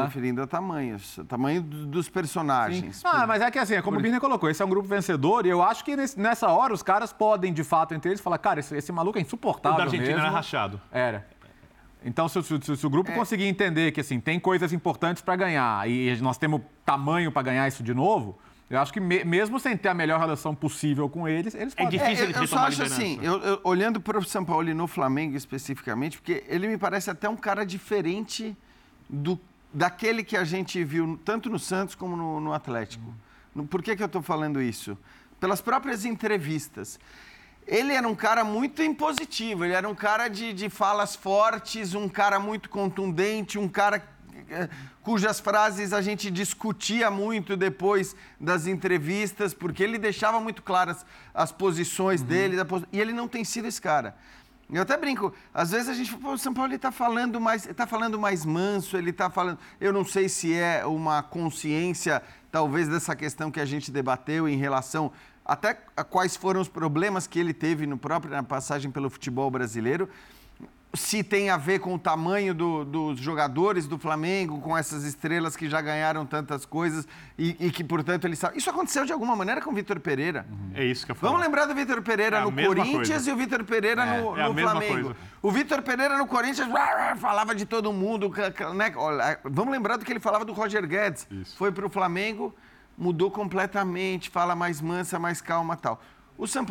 [SPEAKER 3] Tamanho dos personagens.
[SPEAKER 4] Mas é que assim, como o Birner colocou, esse é um grupo vencedor e eu acho que nessa hora os caras podem, de fato, entre eles, falar, cara, esse maluco é insuportável.
[SPEAKER 2] O da Argentina
[SPEAKER 4] mesmo.
[SPEAKER 2] era rachado.
[SPEAKER 4] Era. Então, se o grupo conseguir entender que assim, tem coisas importantes para ganhar e nós temos tamanho para ganhar isso de novo, eu acho que mesmo sem ter a melhor relação possível com eles podem.
[SPEAKER 2] É difícil ele tomar liderança.
[SPEAKER 3] Assim, eu olhando para o São Paulo e no Flamengo especificamente, porque ele me parece até um cara diferente daquele que a gente viu tanto no Santos como no Atlético. Por que eu estou falando isso? Pelas próprias entrevistas. Ele era um cara muito impositivo, ele era um cara de falas fortes, um cara muito contundente, um cara cujas frases a gente discutia muito depois das entrevistas, porque ele deixava muito claras as posições dele, e ele não tem sido esse cara. Eu até brinco, às vezes a gente fala, o São Paulo está falando mais manso, ele está falando... Eu não sei se é uma consciência, talvez, dessa questão que a gente debateu em relação... até a quais foram os problemas que ele teve na passagem pelo futebol brasileiro, se tem a ver com o tamanho dos jogadores do Flamengo, com essas estrelas que já ganharam tantas coisas e que, portanto, ele sabe. Isso aconteceu de alguma maneira com o Vitor Pereira.
[SPEAKER 2] É isso que eu falo.
[SPEAKER 3] Vamos lembrar do Vitor Pereira no Corinthians e o Vitor Pereira no Flamengo. O Vitor Pereira no Corinthians falava de todo mundo. Né? Vamos lembrar do que ele falava do Roger Guedes.
[SPEAKER 2] Isso.
[SPEAKER 3] Foi para o Flamengo, mudou completamente, fala mais mansa, mais calma e tal. O São Paulo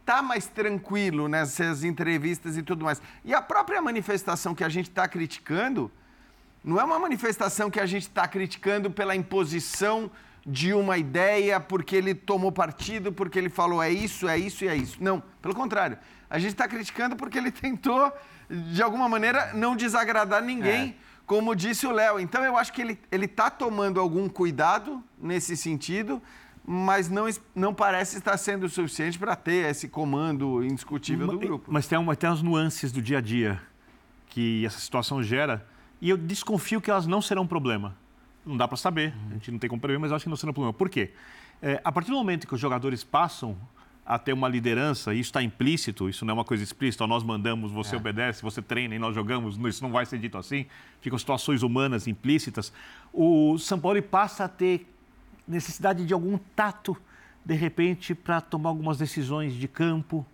[SPEAKER 3] tá mais tranquilo nessas entrevistas e tudo mais. E a própria manifestação que a gente está criticando não é uma manifestação que a gente está criticando pela imposição de uma ideia, porque ele tomou partido, porque ele falou é isso, é isso e é isso. Não, pelo contrário. A gente está criticando porque ele tentou, de alguma maneira, não desagradar ninguém, como disse o Léo. Então, eu acho que ele está tomando algum cuidado nesse sentido, mas não parece estar sendo o suficiente para ter esse comando indiscutível do grupo.
[SPEAKER 5] Mas tem as nuances do dia a dia que essa situação gera, e eu desconfio que elas não serão um problema. Não dá para saber, a gente não tem como prever, mas eu acho que não será um problema. Por quê? A partir do momento que os jogadores passam a ter uma liderança, e isso está implícito, isso não é uma coisa explícita, nós mandamos, você obedece, você treina e nós jogamos, isso não vai ser dito assim, ficam situações humanas implícitas, o Sampaoli passa a ter necessidade de algum tato, de repente, para tomar algumas decisões de campo,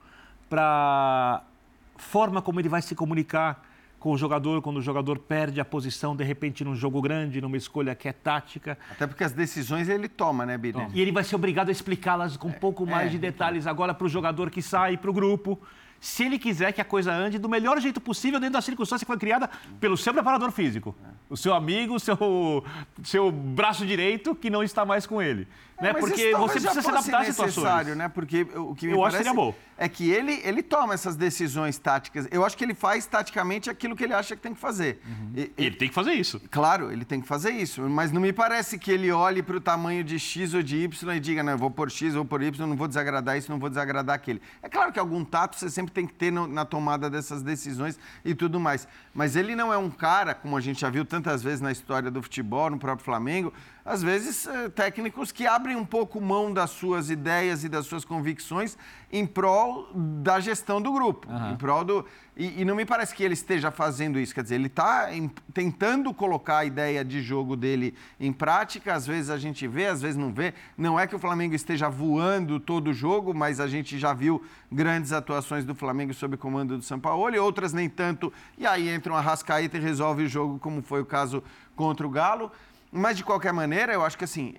[SPEAKER 5] para forma como ele vai se comunicar com o jogador, quando o jogador perde a posição, de repente, num jogo grande, numa escolha que é tática.
[SPEAKER 3] Até porque as decisões ele toma, né, Birner?
[SPEAKER 5] E ele vai ser obrigado a explicá-las com um pouco mais de detalhes agora para o jogador que sai, para o grupo. Se ele quiser que a coisa ande do melhor jeito possível dentro da circunstância que foi criada pelo seu preparador físico. O seu amigo, o seu braço direito que não está mais com ele. Né? Porque você precisa se adaptar às situações.
[SPEAKER 3] Né? Porque o que me
[SPEAKER 5] eu
[SPEAKER 3] parece
[SPEAKER 5] acho que seria bom.
[SPEAKER 3] É que ele toma essas decisões táticas. Eu acho que ele faz taticamente aquilo que ele acha que tem que fazer.
[SPEAKER 5] E ele tem que fazer isso.
[SPEAKER 3] Claro, ele tem que fazer isso. Mas não me parece que ele olhe para o tamanho de X ou de Y e diga, não, eu vou por X, eu vou por Y, não vou desagradar isso, não vou desagradar aquele. É claro que algum tato você sempre tem que ter na tomada dessas decisões e tudo mais. Mas ele não é um cara, como a gente já viu tantas vezes na história do futebol, no próprio Flamengo, às vezes técnicos que abrem um pouco mão das suas ideias e das suas convicções em prol da gestão do grupo. Em prol e não me parece que ele esteja fazendo isso. Quer dizer, ele está tentando colocar a ideia de jogo dele em prática. Às vezes a gente vê, às vezes não vê. Não é que o Flamengo esteja voando todo o jogo, mas a gente já viu grandes atuações do Flamengo sob o comando do Sampaoli, outras nem tanto. E aí entra um Arrascaeta e resolve o jogo, como foi o caso contra o Galo. Mas, de qualquer maneira, eu acho que assim,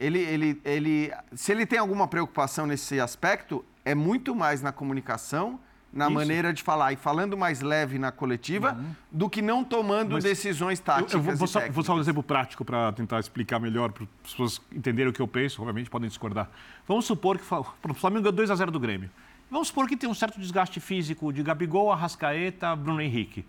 [SPEAKER 3] se ele tem alguma preocupação nesse aspecto, é muito mais na comunicação, na maneira de falar e falando mais leve na coletiva, do que não tomando decisões táticas.
[SPEAKER 5] Eu vou só um exemplo prático para tentar explicar melhor, para as pessoas entenderem o que eu penso, obviamente podem discordar. Vamos supor que o Flamengo ganhou 2-0 do Grêmio. Vamos supor que tem um certo desgaste físico de Gabigol, Arrascaeta, Bruno Henrique.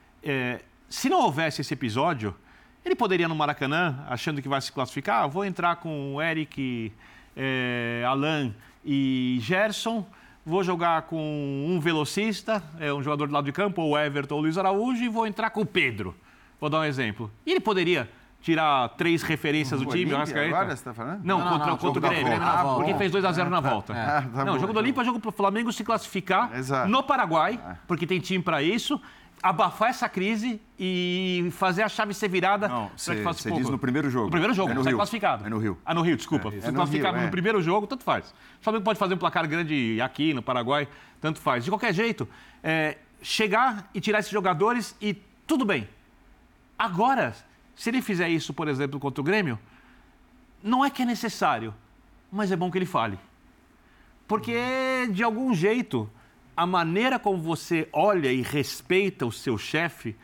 [SPEAKER 5] Se não houvesse esse episódio, ele poderia no Maracanã, achando que vai se classificar, vou entrar com o Eric, Alan e Gerson, vou jogar com um velocista, um jogador do lado de campo, ou Everton ou Luiz Araújo, e vou entrar com o Pedro. Vou dar um exemplo. E ele poderia tirar 3 referências do time, Arrascaeta?
[SPEAKER 3] Agora você está falando?
[SPEAKER 5] Não, contra o Grêmio, porque fez 2-0 na volta. O jogo do Olímpia é jogo para o Flamengo se classificar no Paraguai, porque tem time para isso, abafar essa crise e fazer a chave ser virada.
[SPEAKER 1] Não, você diz no primeiro jogo.
[SPEAKER 5] No primeiro jogo,
[SPEAKER 1] no
[SPEAKER 5] sai
[SPEAKER 1] Rio.
[SPEAKER 5] classificado.
[SPEAKER 1] É no Rio.
[SPEAKER 5] No Rio, desculpa. Se classificado no primeiro jogo, tanto faz. O Flamengo pode fazer um placar grande aqui no Paraguai, tanto faz. De qualquer jeito, chegar e tirar esses jogadores e tudo bem. Agora, se ele fizer isso, por exemplo, contra o Grêmio, não é que é necessário, mas é bom que ele fale. Porque, de algum jeito, a maneira como você olha e respeita o seu chefe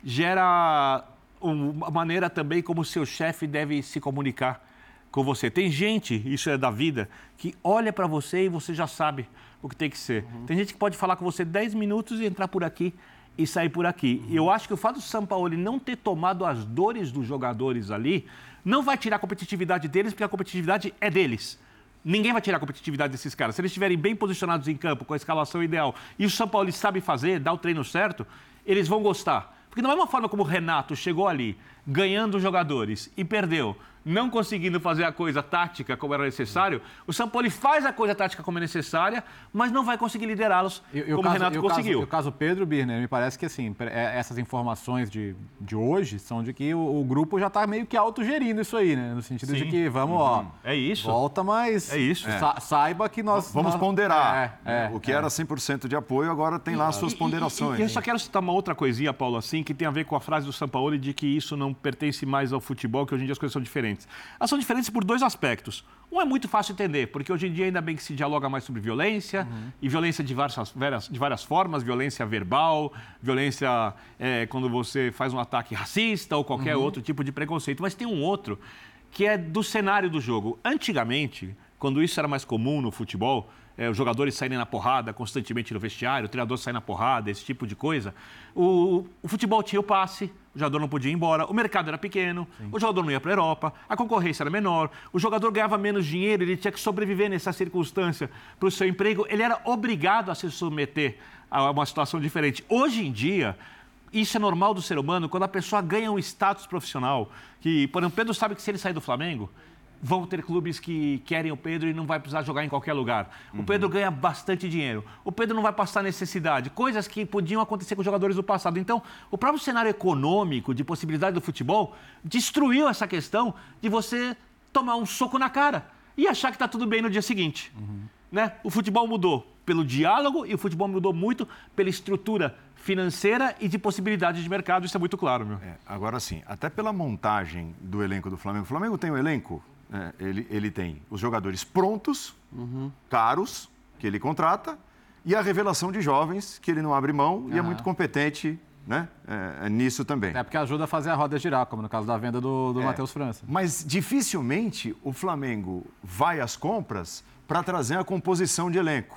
[SPEAKER 5] gera uma maneira também como o seu chefe deve se comunicar com você. Tem gente, isso é da vida, que olha para você e você já sabe o que tem que ser. Tem gente que pode falar com você 10 minutos e entrar por aqui e sair por aqui. E eu acho que o fato do Sampaoli não ter tomado as dores dos jogadores ali não vai tirar a competitividade deles, porque a competitividade é deles. Ninguém vai tirar a competitividade desses caras. Se eles estiverem bem posicionados em campo, com a escalação ideal, e o Sampaoli sabe fazer, dá o treino certo, eles vão gostar. Porque da mesma forma como o Renato chegou ali, ganhando jogadores e perdeu, não conseguindo fazer a coisa tática como era necessário, o Sampaoli faz a coisa tática como é necessária, mas não vai conseguir liderá-los como o Renato conseguiu.
[SPEAKER 4] O caso Pedro Birner, me parece que assim, essas informações de hoje são de que o grupo já está meio que autogerindo isso aí, né? No sentido de que vamos,
[SPEAKER 5] é isso.
[SPEAKER 4] Volta, mas saiba que nós...
[SPEAKER 1] Vamos ponderar. O que era 100% de apoio, agora tem lá as suas ponderações.
[SPEAKER 5] E eu só quero citar uma outra coisinha, Paulo, assim, que tem a ver com a frase do Sampaoli de que isso não pertence mais ao futebol, que hoje em dia as coisas são diferentes. diferentes? Elas são diferentes por 2 aspectos. Um é muito fácil entender, porque hoje em dia ainda bem que se dialoga mais sobre violência, e violência de várias formas, violência verbal, violência quando você faz um ataque racista ou qualquer outro tipo de preconceito. Mas tem um outro que é do cenário do jogo. Antigamente, quando isso era mais comum no futebol, os jogadores saírem na porrada constantemente no vestiário, o treinador sair na porrada, esse tipo de coisa, o futebol tinha o passe, o jogador não podia ir embora, o mercado era pequeno, o jogador não ia para a Europa, a concorrência era menor, o jogador ganhava menos dinheiro, ele tinha que sobreviver nessa circunstância para o seu emprego, ele era obrigado a se submeter a uma situação diferente. Hoje em dia, isso é normal do ser humano, quando a pessoa ganha um status profissional, que, por exemplo, Pedro sabe que se ele sair do Flamengo, vão ter clubes que querem o Pedro e não vai precisar jogar em qualquer lugar. O Pedro ganha bastante dinheiro. O Pedro não vai passar necessidade. Coisas que podiam acontecer com os jogadores do passado. Então, o próprio cenário econômico de possibilidade do futebol destruiu essa questão de você tomar um soco na cara e achar que está tudo bem no dia seguinte. Né? O futebol mudou pelo diálogo e o futebol mudou muito pela estrutura financeira e de possibilidade de mercado. Isso é muito claro, meu.
[SPEAKER 1] Agora sim, até pela montagem do elenco do Flamengo. O Flamengo tem um elenco... Ele tem os jogadores prontos, caros, que ele contrata, e a revelação de jovens, que ele não abre mão e é muito competente, né? Nisso também.
[SPEAKER 4] É porque ajuda a fazer a roda girar, como no caso da venda do Matheus França.
[SPEAKER 1] Mas dificilmente o Flamengo vai às compras para trazer a composição de elenco.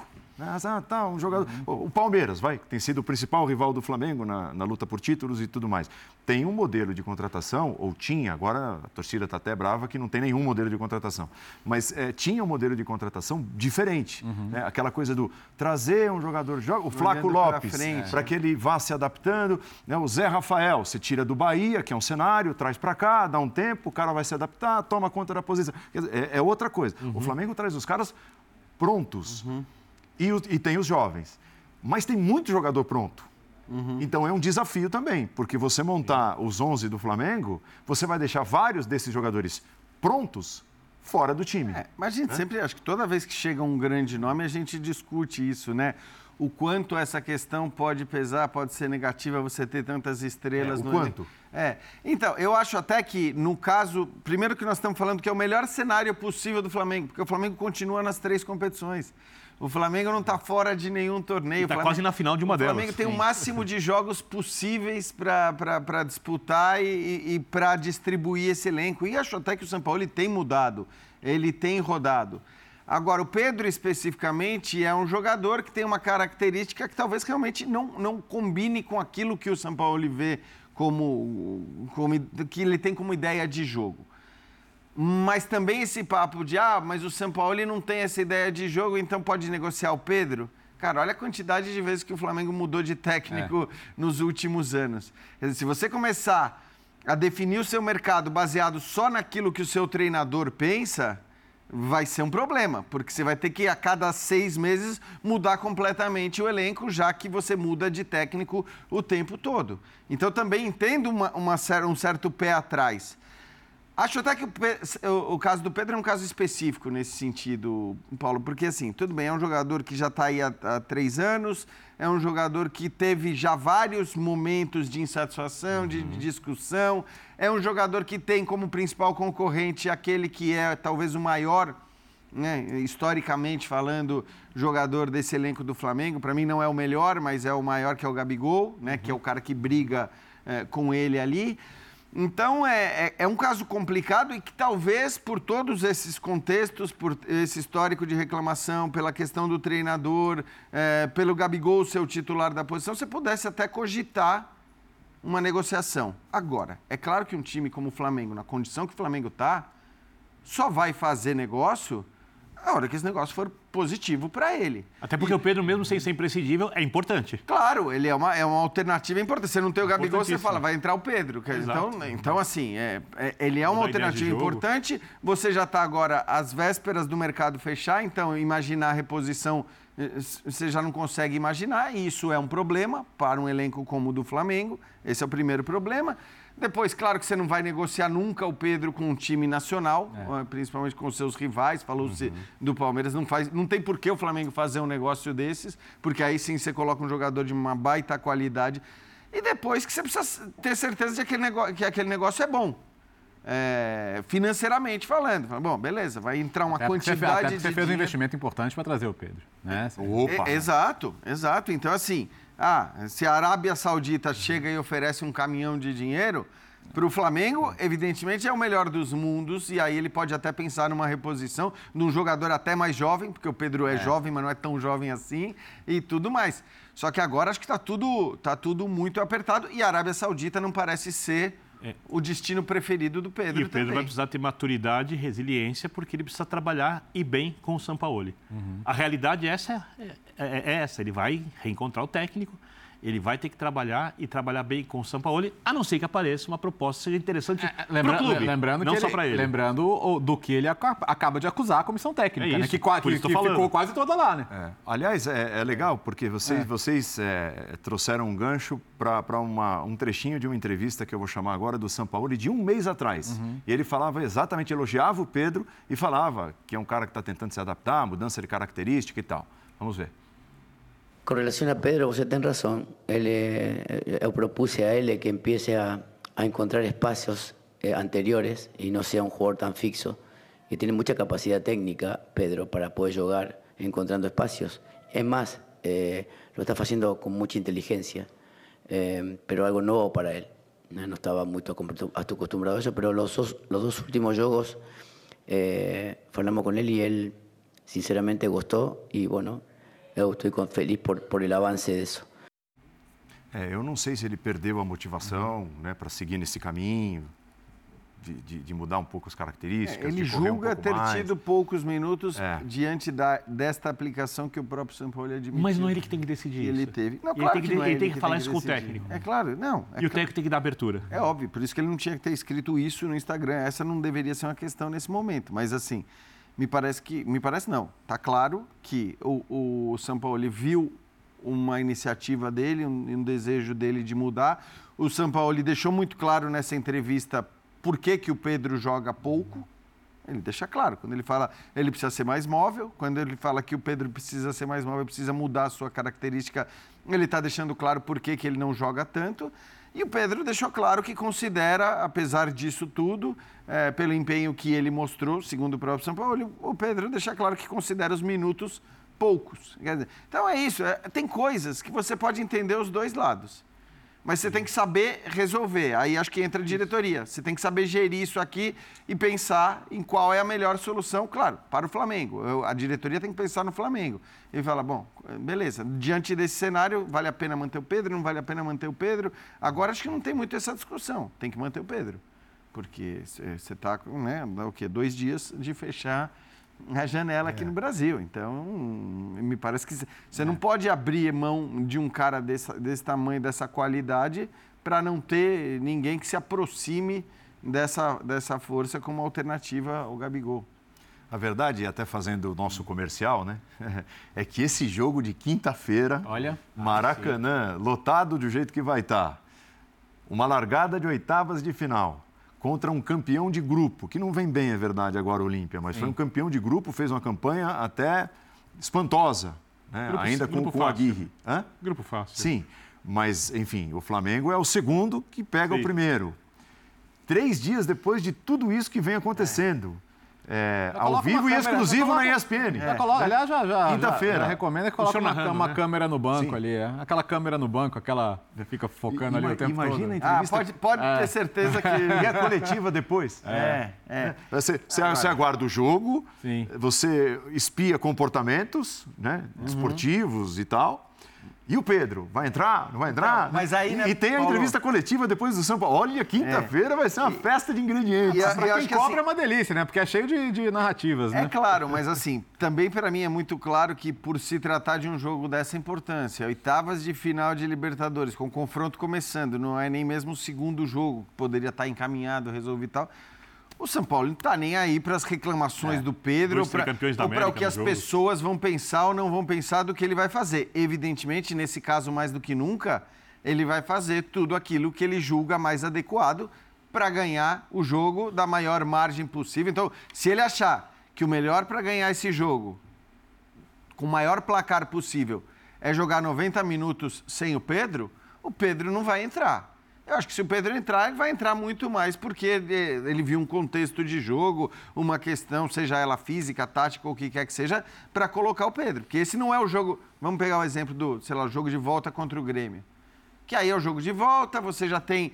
[SPEAKER 1] Um jogador... O Palmeiras, tem sido o principal rival do Flamengo na luta por títulos e tudo mais. Tem um modelo de contratação, ou tinha, agora a torcida está até brava que não tem nenhum modelo de contratação, mas tinha um modelo de contratação diferente. Né? Aquela coisa do trazer um jogador... O Flaco Lopes, para que ele vá se adaptando. Né? O Zé Rafael, você tira do Bahia, que é um cenário, traz para cá, dá um tempo, o cara vai se adaptar, toma conta da posição. Quer dizer, é outra coisa. O Flamengo traz os caras prontos. E tem os jovens. Mas tem muito jogador pronto. Então é um desafio também, porque você montar os 11 do Flamengo, você vai deixar vários desses jogadores prontos fora do time.
[SPEAKER 3] Mas a gente sempre, acho que toda vez que chega um grande nome, a gente discute isso, né? O quanto essa questão pode pesar, pode ser negativa você ter tantas estrelas no
[SPEAKER 1] quanto?
[SPEAKER 3] Então, eu acho até que, no caso, primeiro que nós estamos falando que é o melhor cenário possível do Flamengo, porque o Flamengo continua nas 3 competições. O Flamengo não está fora de nenhum torneio.
[SPEAKER 5] Está quase na final de uma delas.
[SPEAKER 3] O Flamengo tem o máximo de jogos possíveis para disputar e para distribuir esse elenco. E acho até que o São Paulo tem mudado, ele tem rodado. Agora, o Pedro, especificamente, é um jogador que tem uma característica que talvez realmente não combine com aquilo que o São Paulo vê que ele tem como ideia de jogo. Mas também esse papo de, mas o São Paulo não tem essa ideia de jogo, então pode negociar o Pedro. Cara, olha a quantidade de vezes que o Flamengo mudou de técnico nos últimos anos. Quer dizer, se você começar a definir o seu mercado baseado só naquilo que o seu treinador pensa, vai ser um problema, porque você vai ter que, a cada 6 meses, mudar completamente o elenco, já que você muda de técnico o tempo todo. Então, também entendo um certo pé atrás. Acho até que o caso do Pedro é um caso específico nesse sentido, Paulo, porque, assim, tudo bem, é um jogador que já está aí há 3 anos, é um jogador que teve já vários momentos de insatisfação, de discussão, é um jogador que tem como principal concorrente aquele que é talvez o maior, né, historicamente falando, jogador desse elenco do Flamengo. Para mim não é o melhor, mas é o maior, que é o Gabigol, né, que é o cara que briga com ele ali. Então, é um caso complicado e que talvez, por todos esses contextos, por esse histórico de reclamação, pela questão do treinador, pelo Gabigol ser o titular da posição, você pudesse até cogitar uma negociação. Agora, é claro que um time como o Flamengo, na condição que o Flamengo está, só vai fazer negócio a hora que esse negócio for positivo para ele.
[SPEAKER 5] Até porque o Pedro, mesmo sem ser imprescindível, é importante.
[SPEAKER 3] Claro, ele é uma alternativa importante. Você não tem o Gabigol, você fala, vai entrar o Pedro. Então assim, ele é uma alternativa importante. Você já está agora às vésperas do mercado fechar, então imaginar a reposição, você já não consegue imaginar, e isso é um problema para um elenco como o do Flamengo. Esse é o primeiro problema. Depois, claro que você não vai negociar nunca o Pedro com um time nacional, principalmente com os seus rivais. Falou-se do Palmeiras, não tem por que o Flamengo fazer um negócio desses, porque aí sim você coloca um jogador de uma baita qualidade. E depois que você precisa ter certeza de que aquele negócio é bom. financeiramente falando. Bom, beleza, vai entrar uma quantidade de
[SPEAKER 4] Você fez um investimento importante para trazer o Pedro, né?
[SPEAKER 1] Opa!
[SPEAKER 3] Exato. Então, assim, se a Arábia Saudita chega e oferece um caminhão de dinheiro, para o Flamengo, evidentemente, é o melhor dos mundos, e aí ele pode até pensar numa reposição de um jogador até mais jovem, porque o Pedro é jovem, mas não é tão jovem assim, e tudo mais. Só que agora acho que está tudo muito apertado, e a Arábia Saudita não parece ser o destino preferido do Pedro.
[SPEAKER 5] E o Pedro vai precisar ter maturidade e resiliência, porque ele precisa trabalhar e bem com o Sampaoli. A realidade é essa, ele vai reencontrar o técnico, ele vai ter que trabalhar e trabalhar bem com o Sampaoli, a não ser que apareça uma proposta que seja interessante para o clube, não só para ele.
[SPEAKER 4] Lembrando do que ele acaba de acusar a comissão técnica, né? Que ficou quase toda lá, né?
[SPEAKER 1] Aliás, é legal, porque vocês trouxeram um gancho para um trechinho de uma entrevista que eu vou chamar agora do Sampaoli de um mês atrás. E ele falava exatamente, elogiava o Pedro e falava que é um cara que está tentando se adaptar, mudança de característica e tal. Vamos ver.
[SPEAKER 6] Con relación a Pedro, usted tiene razón. Yo propuse a él que empiece a encontrar espacios anteriores y no sea un jugador tan fixo. Y tiene mucha capacidad técnica, Pedro, para poder jugar encontrando espacios. Es más, lo está haciendo con mucha inteligencia, pero algo nuevo para él. No estaba muy acostumbrado a eso, pero los dos últimos jogos hablamos con él y él sinceramente gustó y bueno, eu estou feliz por el avance disso.
[SPEAKER 1] Eu não sei se ele perdeu a motivação, né, para seguir nesse caminho, de mudar um pouco as características.
[SPEAKER 3] Ele julga ter tido poucos minutos diante desta aplicação que o próprio Sampaoli admitiu.
[SPEAKER 5] Mas não é ele que tem que decidir isso.
[SPEAKER 3] Ele teve. Não, claro
[SPEAKER 5] ele tem que falar isso com o técnico.
[SPEAKER 3] É claro, não.
[SPEAKER 5] E o técnico tem que dar abertura.
[SPEAKER 3] É óbvio, por isso que ele não tinha que ter escrito isso no Instagram. Essa não deveria ser uma questão nesse momento. Mas assim, me parece não. Está claro que o Sampaoli viu uma iniciativa dele, um desejo dele de mudar. O Sampaoli deixou muito claro nessa entrevista por que o Pedro joga pouco. Ele deixa claro. Quando ele fala ele precisa ser mais móvel, quando ele fala que o Pedro precisa ser mais móvel, precisa mudar a sua característica, ele está deixando claro por que ele não joga tanto. E o Pedro deixou claro que considera, apesar disso tudo, pelo empenho que ele mostrou, segundo o próprio Sampaoli, o Pedro deixa claro que considera os minutos poucos. Quer dizer, então é isso. Tem coisas que você pode entender os dois lados. Mas você tem que saber resolver. Aí acho que entra a diretoria. Você tem que saber gerir isso aqui e pensar em qual é a melhor solução, claro, para o Flamengo. A diretoria tem que pensar no Flamengo. E fala, bom, beleza, diante desse cenário, vale a pena manter o Pedro, não vale a pena manter o Pedro? Agora acho que não tem muito essa discussão. Tem que manter o Pedro. Porque você está com, né, 2 dias de fechar a janela aqui no Brasil. Então, me parece que você não pode abrir mão de um cara desse tamanho, dessa qualidade, para não ter ninguém que se aproxime dessa força como alternativa ao Gabigol.
[SPEAKER 1] A verdade, até fazendo o nosso comercial, né, é que esse jogo de quinta-feira, Maracanã, lotado do jeito que vai estar, uma largada de oitavas de final, contra um campeão de grupo, que não vem bem, é verdade, agora o Olímpia, mas foi um campeão de grupo, fez uma campanha até espantosa, né? Ainda com o Aguirre.
[SPEAKER 2] Grupo fácil.
[SPEAKER 1] Sim, mas, enfim, o Flamengo é o segundo que pega o primeiro. 3 dias depois de tudo isso que vem acontecendo. Ao vivo e exclusivo na ESPN.
[SPEAKER 4] Aliás,
[SPEAKER 1] quinta-feira.
[SPEAKER 4] Já recomendo que coloque uma câmera no banco ali. Aquela câmera no banco, aquela que fica focando ali o tempo todo.
[SPEAKER 1] Imagina a entrevista.
[SPEAKER 3] Pode ter certeza que...
[SPEAKER 1] E a coletiva depois. Você aguarda o jogo, você espia comportamentos, né, esportivos e tal. E o Pedro, vai entrar? Não vai entrar?
[SPEAKER 3] Não, mas aí, né,
[SPEAKER 1] e tem a entrevista coletiva depois do São Paulo. Olha, quinta-feira vai ser uma festa de ingredientes.
[SPEAKER 4] Pra quem cobra é uma delícia, né? Porque é cheio de narrativas, né?
[SPEAKER 3] É claro, mas assim, também para mim é muito claro que por se tratar de um jogo dessa importância, oitavas de final de Libertadores, com o confronto começando, não é nem mesmo o segundo jogo, que poderia estar encaminhado, resolvido e tal. O São Paulo não está nem aí para as reclamações do Pedro ou para o que as pessoas vão pensar ou não vão pensar do que ele vai fazer. Evidentemente, nesse caso, mais do que nunca, ele vai fazer tudo aquilo que ele julga mais adequado para ganhar o jogo da maior margem possível. Então, se ele achar que o melhor para ganhar esse jogo, com o maior placar possível, é jogar 90 minutos sem o Pedro não vai entrar. Eu acho que se o Pedro entrar, ele vai entrar muito mais porque ele viu um contexto de jogo, uma questão, seja ela física, tática ou o que quer que seja, para colocar o Pedro. Porque esse não é o jogo... Vamos pegar o exemplo do, sei lá, o jogo de volta contra o Grêmio. Que aí é o jogo de volta, você já tem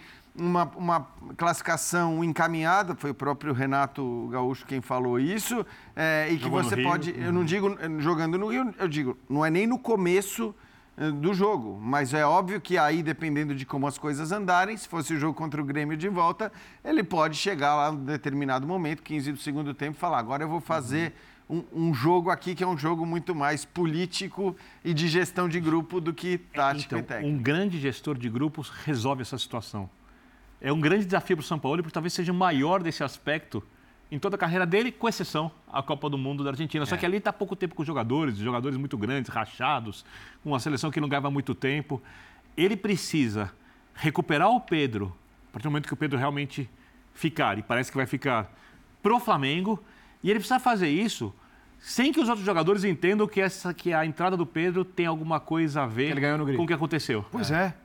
[SPEAKER 3] uma classificação encaminhada, foi o próprio Renato Gaúcho quem falou isso, e que você pode... Eu não digo jogando no Rio, eu digo, não é nem no começo do jogo, mas é óbvio que aí, dependendo de como as coisas andarem, se fosse o jogo contra o Grêmio de volta, ele pode chegar lá em um determinado momento, 15 do segundo tempo, e falar, agora eu vou fazer um jogo aqui que é um jogo muito mais político e de gestão de grupo do que tático e técnico.
[SPEAKER 5] Um grande gestor de grupos resolve essa situação. É um grande desafio para o São Paulo, porque talvez seja o maior desse aspecto em toda a carreira dele, com exceção à Copa do Mundo da Argentina. Só que ali está pouco tempo com os jogadores muito grandes, rachados, com uma seleção que não ganhava muito tempo. Ele precisa recuperar o Pedro, a partir do momento que o Pedro realmente ficar, e parece que vai ficar, pro Flamengo, e ele precisa fazer isso sem que os outros jogadores entendam que a entrada do Pedro tem alguma coisa a ver
[SPEAKER 4] ele ganhou no grito.
[SPEAKER 5] com o que aconteceu.
[SPEAKER 1] Pois é.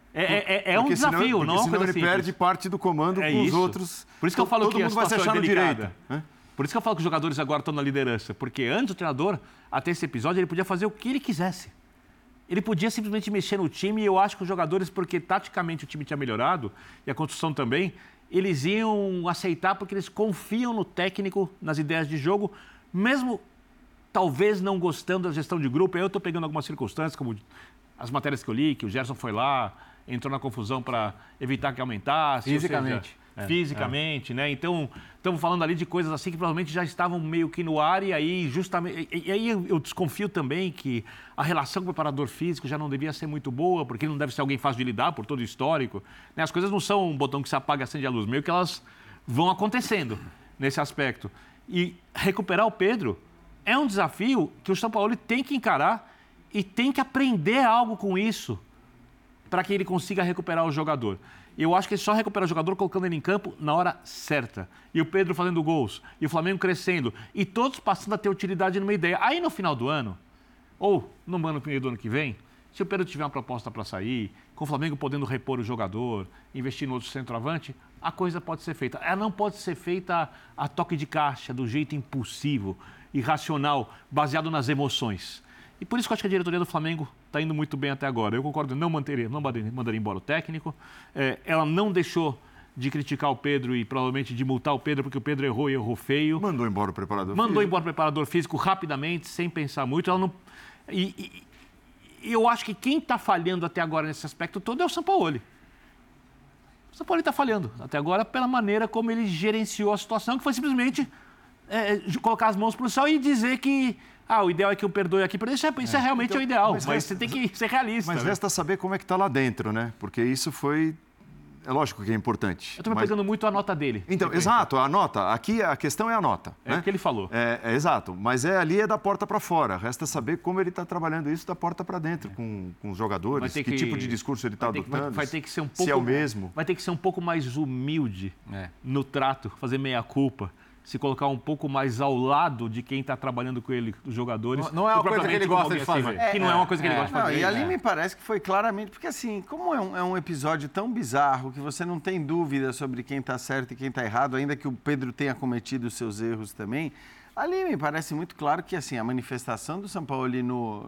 [SPEAKER 5] É um desafio, não é uma coisa
[SPEAKER 1] ele
[SPEAKER 5] simples.
[SPEAKER 1] perde parte do comando com os outros.
[SPEAKER 5] Por isso que eu falo
[SPEAKER 1] todo
[SPEAKER 5] que
[SPEAKER 1] mundo
[SPEAKER 5] a
[SPEAKER 1] vai se
[SPEAKER 5] situação
[SPEAKER 1] achar
[SPEAKER 5] é
[SPEAKER 1] no
[SPEAKER 5] delicada.
[SPEAKER 1] direito.
[SPEAKER 5] Por isso que eu falo que os jogadores agora estão na liderança. Porque antes o treinador, até esse episódio, ele podia fazer o que ele quisesse. Ele podia simplesmente mexer no time e eu acho que os jogadores, porque taticamente o time tinha melhorado, e a construção também, eles iam aceitar porque eles confiam no técnico, nas ideias de jogo, mesmo talvez não gostando da gestão de grupo. Eu estou pegando algumas circunstâncias, como as matérias que eu li, que o Gerson foi lá, entrou na confusão para evitar que aumentasse.
[SPEAKER 4] Fisicamente.
[SPEAKER 5] Fisicamente, né? Então, estamos falando ali de coisas assim que provavelmente já estavam meio que no ar e aí justamente... E aí eu desconfio também que a relação com o preparador físico já não devia ser muito boa, porque não deve ser alguém fácil de lidar por todo o histórico. Né? As coisas não são um botão que se apaga e acende a luz, meio que elas vão acontecendo nesse aspecto. E recuperar o Pedro é um desafio que o São Paulo tem que encarar e tem que aprender algo com isso para que ele consiga recuperar o jogador. Eu acho que ele só recupera o jogador colocando ele em campo na hora certa. E o Pedro fazendo gols, e o Flamengo crescendo, e todos passando a ter utilidade numa ideia. Aí no final do ano, ou no ano primeiro do ano que vem, se o Pedro tiver uma proposta para sair, com o Flamengo podendo repor o jogador, investir no outro centroavante, a coisa pode ser feita. Ela não pode ser feita a toque de caixa, do jeito impulsivo, irracional, baseado nas emoções. E por isso que eu acho que a diretoria do Flamengo está indo muito bem até agora. Eu concordo, não mandaria embora o técnico. Ela não deixou de criticar o Pedro e provavelmente de multar o Pedro, porque o Pedro errou e errou feio.
[SPEAKER 1] Mandou embora o preparador
[SPEAKER 5] físico. Mandou embora o
[SPEAKER 1] preparador
[SPEAKER 5] físico rapidamente, sem pensar muito. Ela não... E eu acho que quem está falhando até agora nesse aspecto todo é o Sampaoli. O Sampaoli está falhando até agora pela maneira como ele gerenciou a situação, que foi simplesmente colocar as mãos para o céu e dizer que o ideal é que eu perdoe aqui. Isso é realmente o ideal, mas você tem que ser realista.
[SPEAKER 1] Mas resta saber como é que está lá dentro, né? Porque isso foi... É lógico que é importante.
[SPEAKER 5] Eu estou me pegando muito a nota dele.
[SPEAKER 1] Então, exato, a nota. Aqui a questão é a nota.
[SPEAKER 5] É o que ele falou.
[SPEAKER 1] Exato, mas ali é da porta para fora. Resta saber como ele está trabalhando isso da porta para dentro, com os jogadores, que tipo de discurso ele está adotando.
[SPEAKER 5] Vai ter que ser um pouco...
[SPEAKER 1] Se é o mesmo.
[SPEAKER 5] Vai ter que ser um pouco mais humilde no trato, fazer meia-culpa. Se colocar um pouco mais ao lado de quem está trabalhando com ele, os jogadores.
[SPEAKER 4] Não é uma coisa que ele gosta de fazer.
[SPEAKER 5] Que não é uma coisa que ele gosta de fazer.
[SPEAKER 3] E ali me parece que foi claramente... Porque assim, como é um episódio tão bizarro que você não tem dúvida sobre quem está certo e quem está errado, ainda que o Pedro tenha cometido os seus erros também, ali me parece muito claro que assim, a manifestação do Sampaoli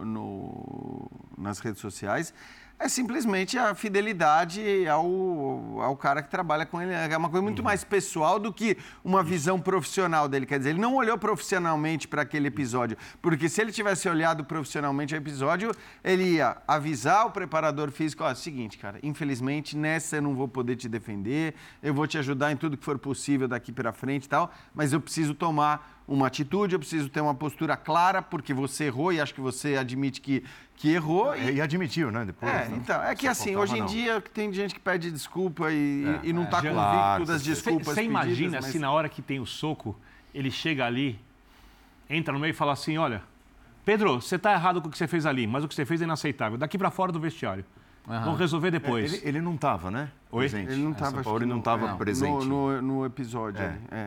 [SPEAKER 3] nas redes sociais é simplesmente a fidelidade ao cara que trabalha com ele. É uma coisa muito mais pessoal do que uma visão profissional dele. Quer dizer, ele não olhou profissionalmente para aquele episódio. Porque se ele tivesse olhado profissionalmente o episódio, ele ia avisar o preparador físico, seguinte, cara, infelizmente nessa eu não vou poder te defender, eu vou te ajudar em tudo que for possível daqui para frente e tal, mas eu preciso tomar uma atitude, eu preciso ter uma postura clara, porque você errou e acho que você admite que errou.
[SPEAKER 1] E admitiu, né? Depois.
[SPEAKER 3] Então, é que assim, hoje em dia tem gente que pede desculpa e não está convicto das desculpas
[SPEAKER 5] Você imagina
[SPEAKER 3] pedidas,
[SPEAKER 5] se na hora que tem o soco, ele chega ali, entra no meio e fala assim, olha, Pedro, você está errado com o que você fez ali, mas o que você fez é inaceitável. Daqui para fora do vestiário. Vamos resolver depois.
[SPEAKER 1] Ele não estava, né?
[SPEAKER 5] Oi?
[SPEAKER 1] Presente.
[SPEAKER 3] Ele não estava.
[SPEAKER 1] Ele não estava presente.
[SPEAKER 3] No episódio.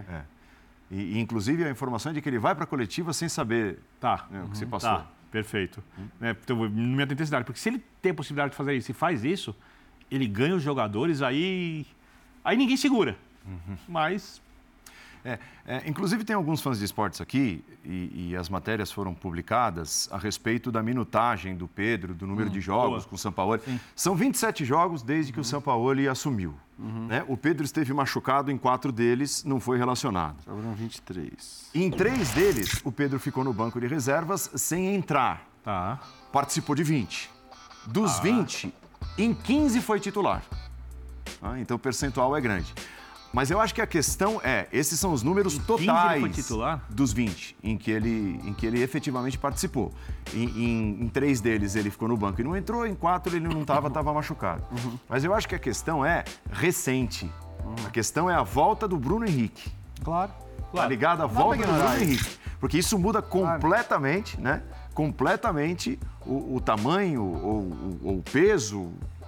[SPEAKER 1] E, inclusive, a informação é de que ele vai para a coletiva sem saber o que se passou.
[SPEAKER 5] Tá, perfeito. Então, não me intensidade, porque se ele tem a possibilidade de fazer isso e faz isso, ele ganha os jogadores, aí ninguém segura. Mas...
[SPEAKER 1] Inclusive, tem alguns fãs de esportes aqui, e as matérias foram publicadas a respeito da minutagem do Pedro, do número de jogos com o Sampaoli. São 27 jogos desde que o Sampaoli assumiu. Né? O Pedro esteve machucado em 4 deles, não foi relacionado.
[SPEAKER 3] Foram 23.
[SPEAKER 1] Em 3 deles, o Pedro ficou no banco de reservas sem entrar.
[SPEAKER 5] Tá.
[SPEAKER 1] Participou de 20. Dos 20, em 15 foi titular. Então o percentual é grande. Mas eu acho que a questão esses são os números totais
[SPEAKER 5] ele foi titular?
[SPEAKER 1] Dos 20 em que ele efetivamente participou. Em 3 deles ele ficou no banco e não entrou, em 4 ele não estava machucado. Mas eu acho que a questão é recente. A questão é a volta do Bruno Henrique.
[SPEAKER 4] Claro.
[SPEAKER 1] Tá ligado? A volta do Bruno Henrique. Porque isso muda completamente, né? Completamente o tamanho ou o peso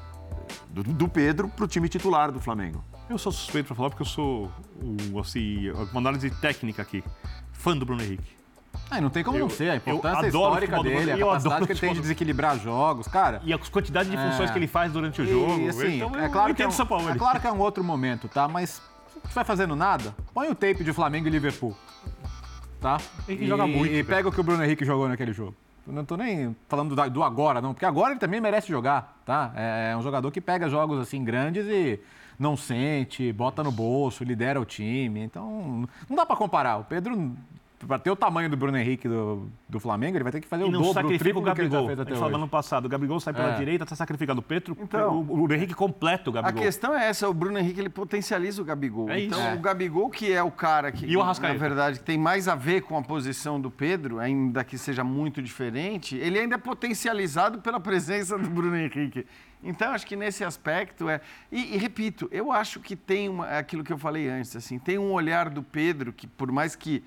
[SPEAKER 1] do Pedro para o time titular do Flamengo.
[SPEAKER 5] Eu sou suspeito para falar porque eu sou, uma análise técnica aqui, fã do Bruno Henrique.
[SPEAKER 4] Não tem como não ser, a importância
[SPEAKER 5] adoro
[SPEAKER 4] histórica dele, a capacidade que ele tem de desequilibrar jogos, cara.
[SPEAKER 5] E a quantidade de funções que ele faz durante o jogo.
[SPEAKER 4] E, assim,
[SPEAKER 5] então,
[SPEAKER 4] é claro que é um outro momento, tá? Mas se você vai fazendo nada, põe o tape de Flamengo e Liverpool, tá?
[SPEAKER 5] Ele joga muito.
[SPEAKER 4] E pega o que o Bruno Henrique jogou naquele jogo. Eu não tô nem falando do agora, não, porque agora ele também merece jogar, tá? É um jogador que pega jogos assim grandes e não sente, bota no bolso, lidera o time. Então, não dá pra comparar. O Pedro, para ter o tamanho do Bruno Henrique do Flamengo, ele vai ter que fazer o dobro, o triplo do que ele já fez até hoje.
[SPEAKER 5] No ano passado, o Gabigol sai pela direita, tá sacrificando o Pedro.
[SPEAKER 3] Então,
[SPEAKER 5] o Henrique completa o Gabigol.
[SPEAKER 3] A questão é essa, o Bruno Henrique ele potencializa o Gabigol. Então, o Gabigol, que é o cara que,
[SPEAKER 5] e o Arrascaeta,
[SPEAKER 3] na verdade, tem mais a ver com a posição do Pedro, ainda que seja muito diferente, ele ainda é potencializado pela presença do Bruno Henrique. Então, acho que nesse aspecto E repito, eu acho que tem aquilo que eu falei antes, assim, tem um olhar do Pedro que, por mais que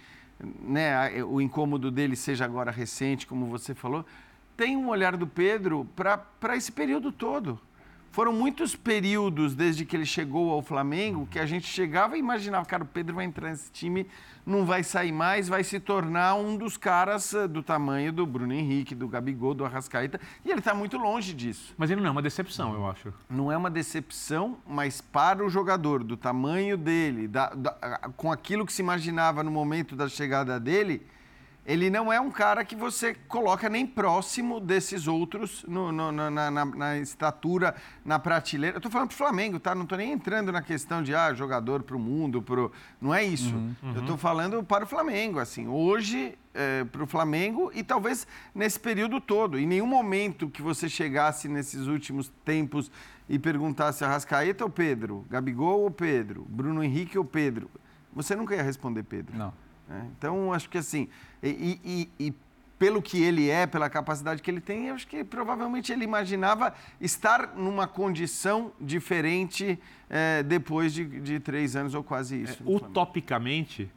[SPEAKER 3] o incômodo dele seja agora recente, como você falou, tem um olhar do Pedro para esse período todo. Foram muitos períodos desde que ele chegou ao Flamengo que a gente chegava e imaginava, cara, o Pedro vai entrar nesse time, não vai sair mais, vai se tornar um dos caras do tamanho do Bruno Henrique, do Gabigol, do Arrascaeta, e ele está muito longe disso.
[SPEAKER 5] Mas ele não é uma decepção, eu acho.
[SPEAKER 3] Não é uma decepção, mas para o jogador, do tamanho dele, com aquilo que se imaginava no momento da chegada dele, ele não é um cara que você coloca nem próximo desses outros na estatura, na prateleira. Eu estou falando para o Flamengo, tá? Não estou nem entrando na questão de jogador para o mundo, não é isso. Eu estou falando para o Flamengo, assim, hoje para o Flamengo e talvez nesse período todo. Em nenhum momento que você chegasse nesses últimos tempos e perguntasse Arrascaeta ou Pedro, Gabigol ou Pedro, Bruno Henrique ou Pedro, você nunca ia responder Pedro.
[SPEAKER 4] Não.
[SPEAKER 3] Então, acho que assim, e pelo que ele é, pela capacidade que ele tem, eu acho que provavelmente ele imaginava estar numa condição diferente depois de 3 anos ou quase isso.
[SPEAKER 5] Utopicamente,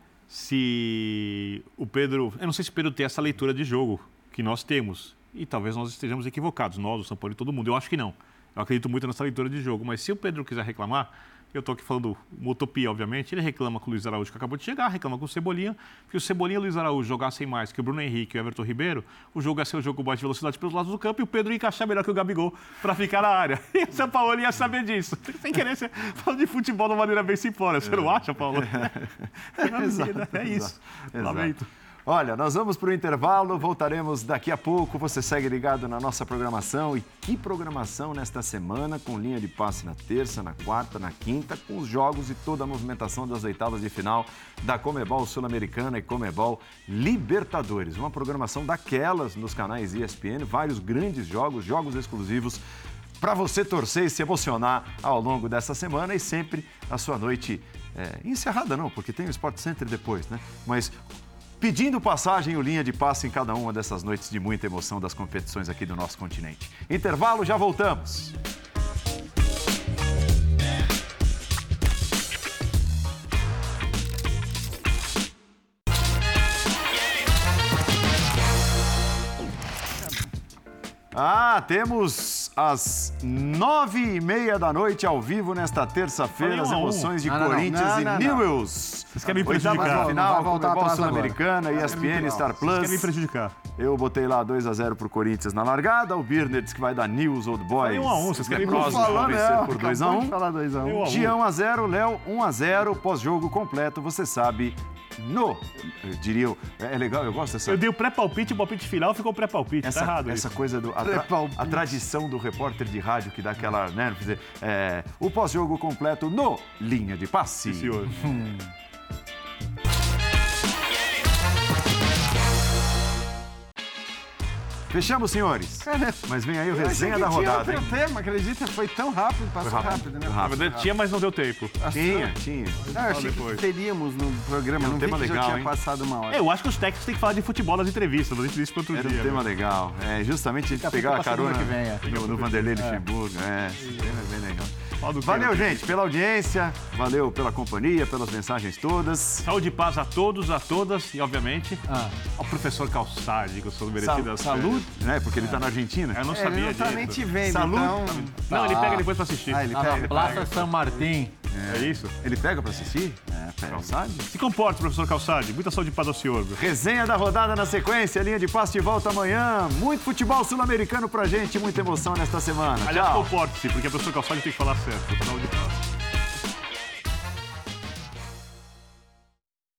[SPEAKER 5] se o Pedro... Eu não sei se o Pedro tem essa leitura de jogo que nós temos, e talvez nós estejamos equivocados, nós, o São Paulo e todo mundo, eu acho que não. Eu acredito muito nessa leitura de jogo, mas se o Pedro quiser reclamar... Eu estou aqui falando uma utopia, obviamente. Ele reclama com o Luiz Araújo, que acabou de chegar, reclama com o Cebolinha. Que o Cebolinha e o Luiz Araújo jogassem mais que o Bruno Henrique e o Everton Ribeiro, o jogo ia ser um jogo com baixa velocidade pelos lados do campo e o Pedro ia encaixar melhor que o Gabigol para ficar na área. E o São Paulo ia saber disso. Sem querer, você fala de futebol de uma maneira bem simplória. Você não acha, Paulo? É isso. Lamento.
[SPEAKER 1] Olha, nós vamos para o intervalo, voltaremos daqui a pouco. Você segue ligado na nossa programação. E que programação nesta semana, com linha de passe na terça, na quarta, na quinta, com os jogos e toda a movimentação das oitavas de final da Comebol Sul-Americana e Comebol Libertadores. Uma programação daquelas nos canais ESPN, vários grandes jogos, jogos exclusivos para você torcer e se emocionar ao longo dessa semana e sempre a sua noite encerrada não, porque tem o Sport Center depois, né? Mas pedindo passagem o linha de passe em cada uma dessas noites de muita emoção das competições aqui do nosso continente. Intervalo, já voltamos. Temos às 9h30 da noite, ao vivo, nesta terça-feira, as emoções de Corinthians e Newells.
[SPEAKER 5] Vocês querem me
[SPEAKER 1] Oitava
[SPEAKER 5] prejudicar?
[SPEAKER 1] de final,
[SPEAKER 4] Não vai voltar
[SPEAKER 1] Comebol
[SPEAKER 4] atrás
[SPEAKER 1] Sul-Americana, ESPN, Star Plus.
[SPEAKER 5] Vocês querem me prejudicar?
[SPEAKER 1] Eu botei lá 2-0 pro Corinthians na largada. O Birner disse que vai dar Newells Old Boys.
[SPEAKER 5] Falei 1-1, vocês querem me
[SPEAKER 1] Necrose
[SPEAKER 5] prejudicar?
[SPEAKER 1] vai vencer por 2-1.
[SPEAKER 3] Falar 2-1.
[SPEAKER 1] Gia 1-0, Léo 1-0, pós-jogo completo, você sabe, diria, é legal, eu gosto dessa...
[SPEAKER 5] Eu dei o pré-palpite, o palpite final ficou pré-palpite. Tá errado
[SPEAKER 1] Essa
[SPEAKER 5] isso.
[SPEAKER 1] coisa do... A tradição do repórter de rádio que dá aquela, né, o pós-jogo completo no Linha de Passe.
[SPEAKER 5] Sim, senhor.
[SPEAKER 1] Fechamos, senhores.
[SPEAKER 3] Cara,
[SPEAKER 1] Mas vem aí o
[SPEAKER 3] eu achei
[SPEAKER 1] resenha
[SPEAKER 3] que
[SPEAKER 1] da
[SPEAKER 3] tinha
[SPEAKER 1] rodada,
[SPEAKER 3] outro
[SPEAKER 1] hein?
[SPEAKER 3] tema, acredita? Foi tão rápido, passou rápido, né?
[SPEAKER 5] Na verdade, tinha, mas não deu tempo.
[SPEAKER 1] Tinha.
[SPEAKER 3] Não, eu achei
[SPEAKER 5] depois.
[SPEAKER 3] que teríamos no programa, não vi
[SPEAKER 1] tema
[SPEAKER 3] que
[SPEAKER 1] legal,
[SPEAKER 3] já tinha
[SPEAKER 1] hein?
[SPEAKER 3] passado uma hora.
[SPEAKER 5] Eu acho que os técnicos têm que falar de futebol nas entrevistas, mas a gente disse para outro
[SPEAKER 1] Era
[SPEAKER 5] dia.
[SPEAKER 1] um tema
[SPEAKER 5] né?
[SPEAKER 1] legal. É, justamente a gente pegar a
[SPEAKER 4] pra
[SPEAKER 1] carona
[SPEAKER 4] semana que vem,
[SPEAKER 1] no Vanderlei Luxemburgo. Esse tema é bem legal.
[SPEAKER 5] Fala do quê?
[SPEAKER 1] Valeu, gente, pela audiência, valeu pela companhia, pelas mensagens todas.
[SPEAKER 5] Saúde e paz a todos, a todas e, obviamente, ao professor Calçade, que eu sou merecido das
[SPEAKER 1] Saúde, né? Porque ele tá na Argentina.
[SPEAKER 5] Eu não
[SPEAKER 3] Ele
[SPEAKER 5] sabia
[SPEAKER 3] não tá
[SPEAKER 5] disso.
[SPEAKER 3] nem te vendo,
[SPEAKER 1] Saúde.
[SPEAKER 3] então...
[SPEAKER 5] Não, ele pega depois pra assistir.
[SPEAKER 3] Ah, ele
[SPEAKER 4] Tá na
[SPEAKER 3] pega.
[SPEAKER 4] Praça São Martim.
[SPEAKER 5] É isso?
[SPEAKER 1] Ele pega pra assistir? Calçade?
[SPEAKER 5] Se comporte, professor Calçade. Muita saúde e paz ao senhor.
[SPEAKER 1] Resenha da rodada na sequência, linha de passe de volta amanhã. Muito futebol sul-americano pra gente, muita emoção nesta semana.
[SPEAKER 5] Aliás,
[SPEAKER 1] Tchau.
[SPEAKER 5] comporte-se, porque o professor Calçade tem que falar certo. Saúde e paz.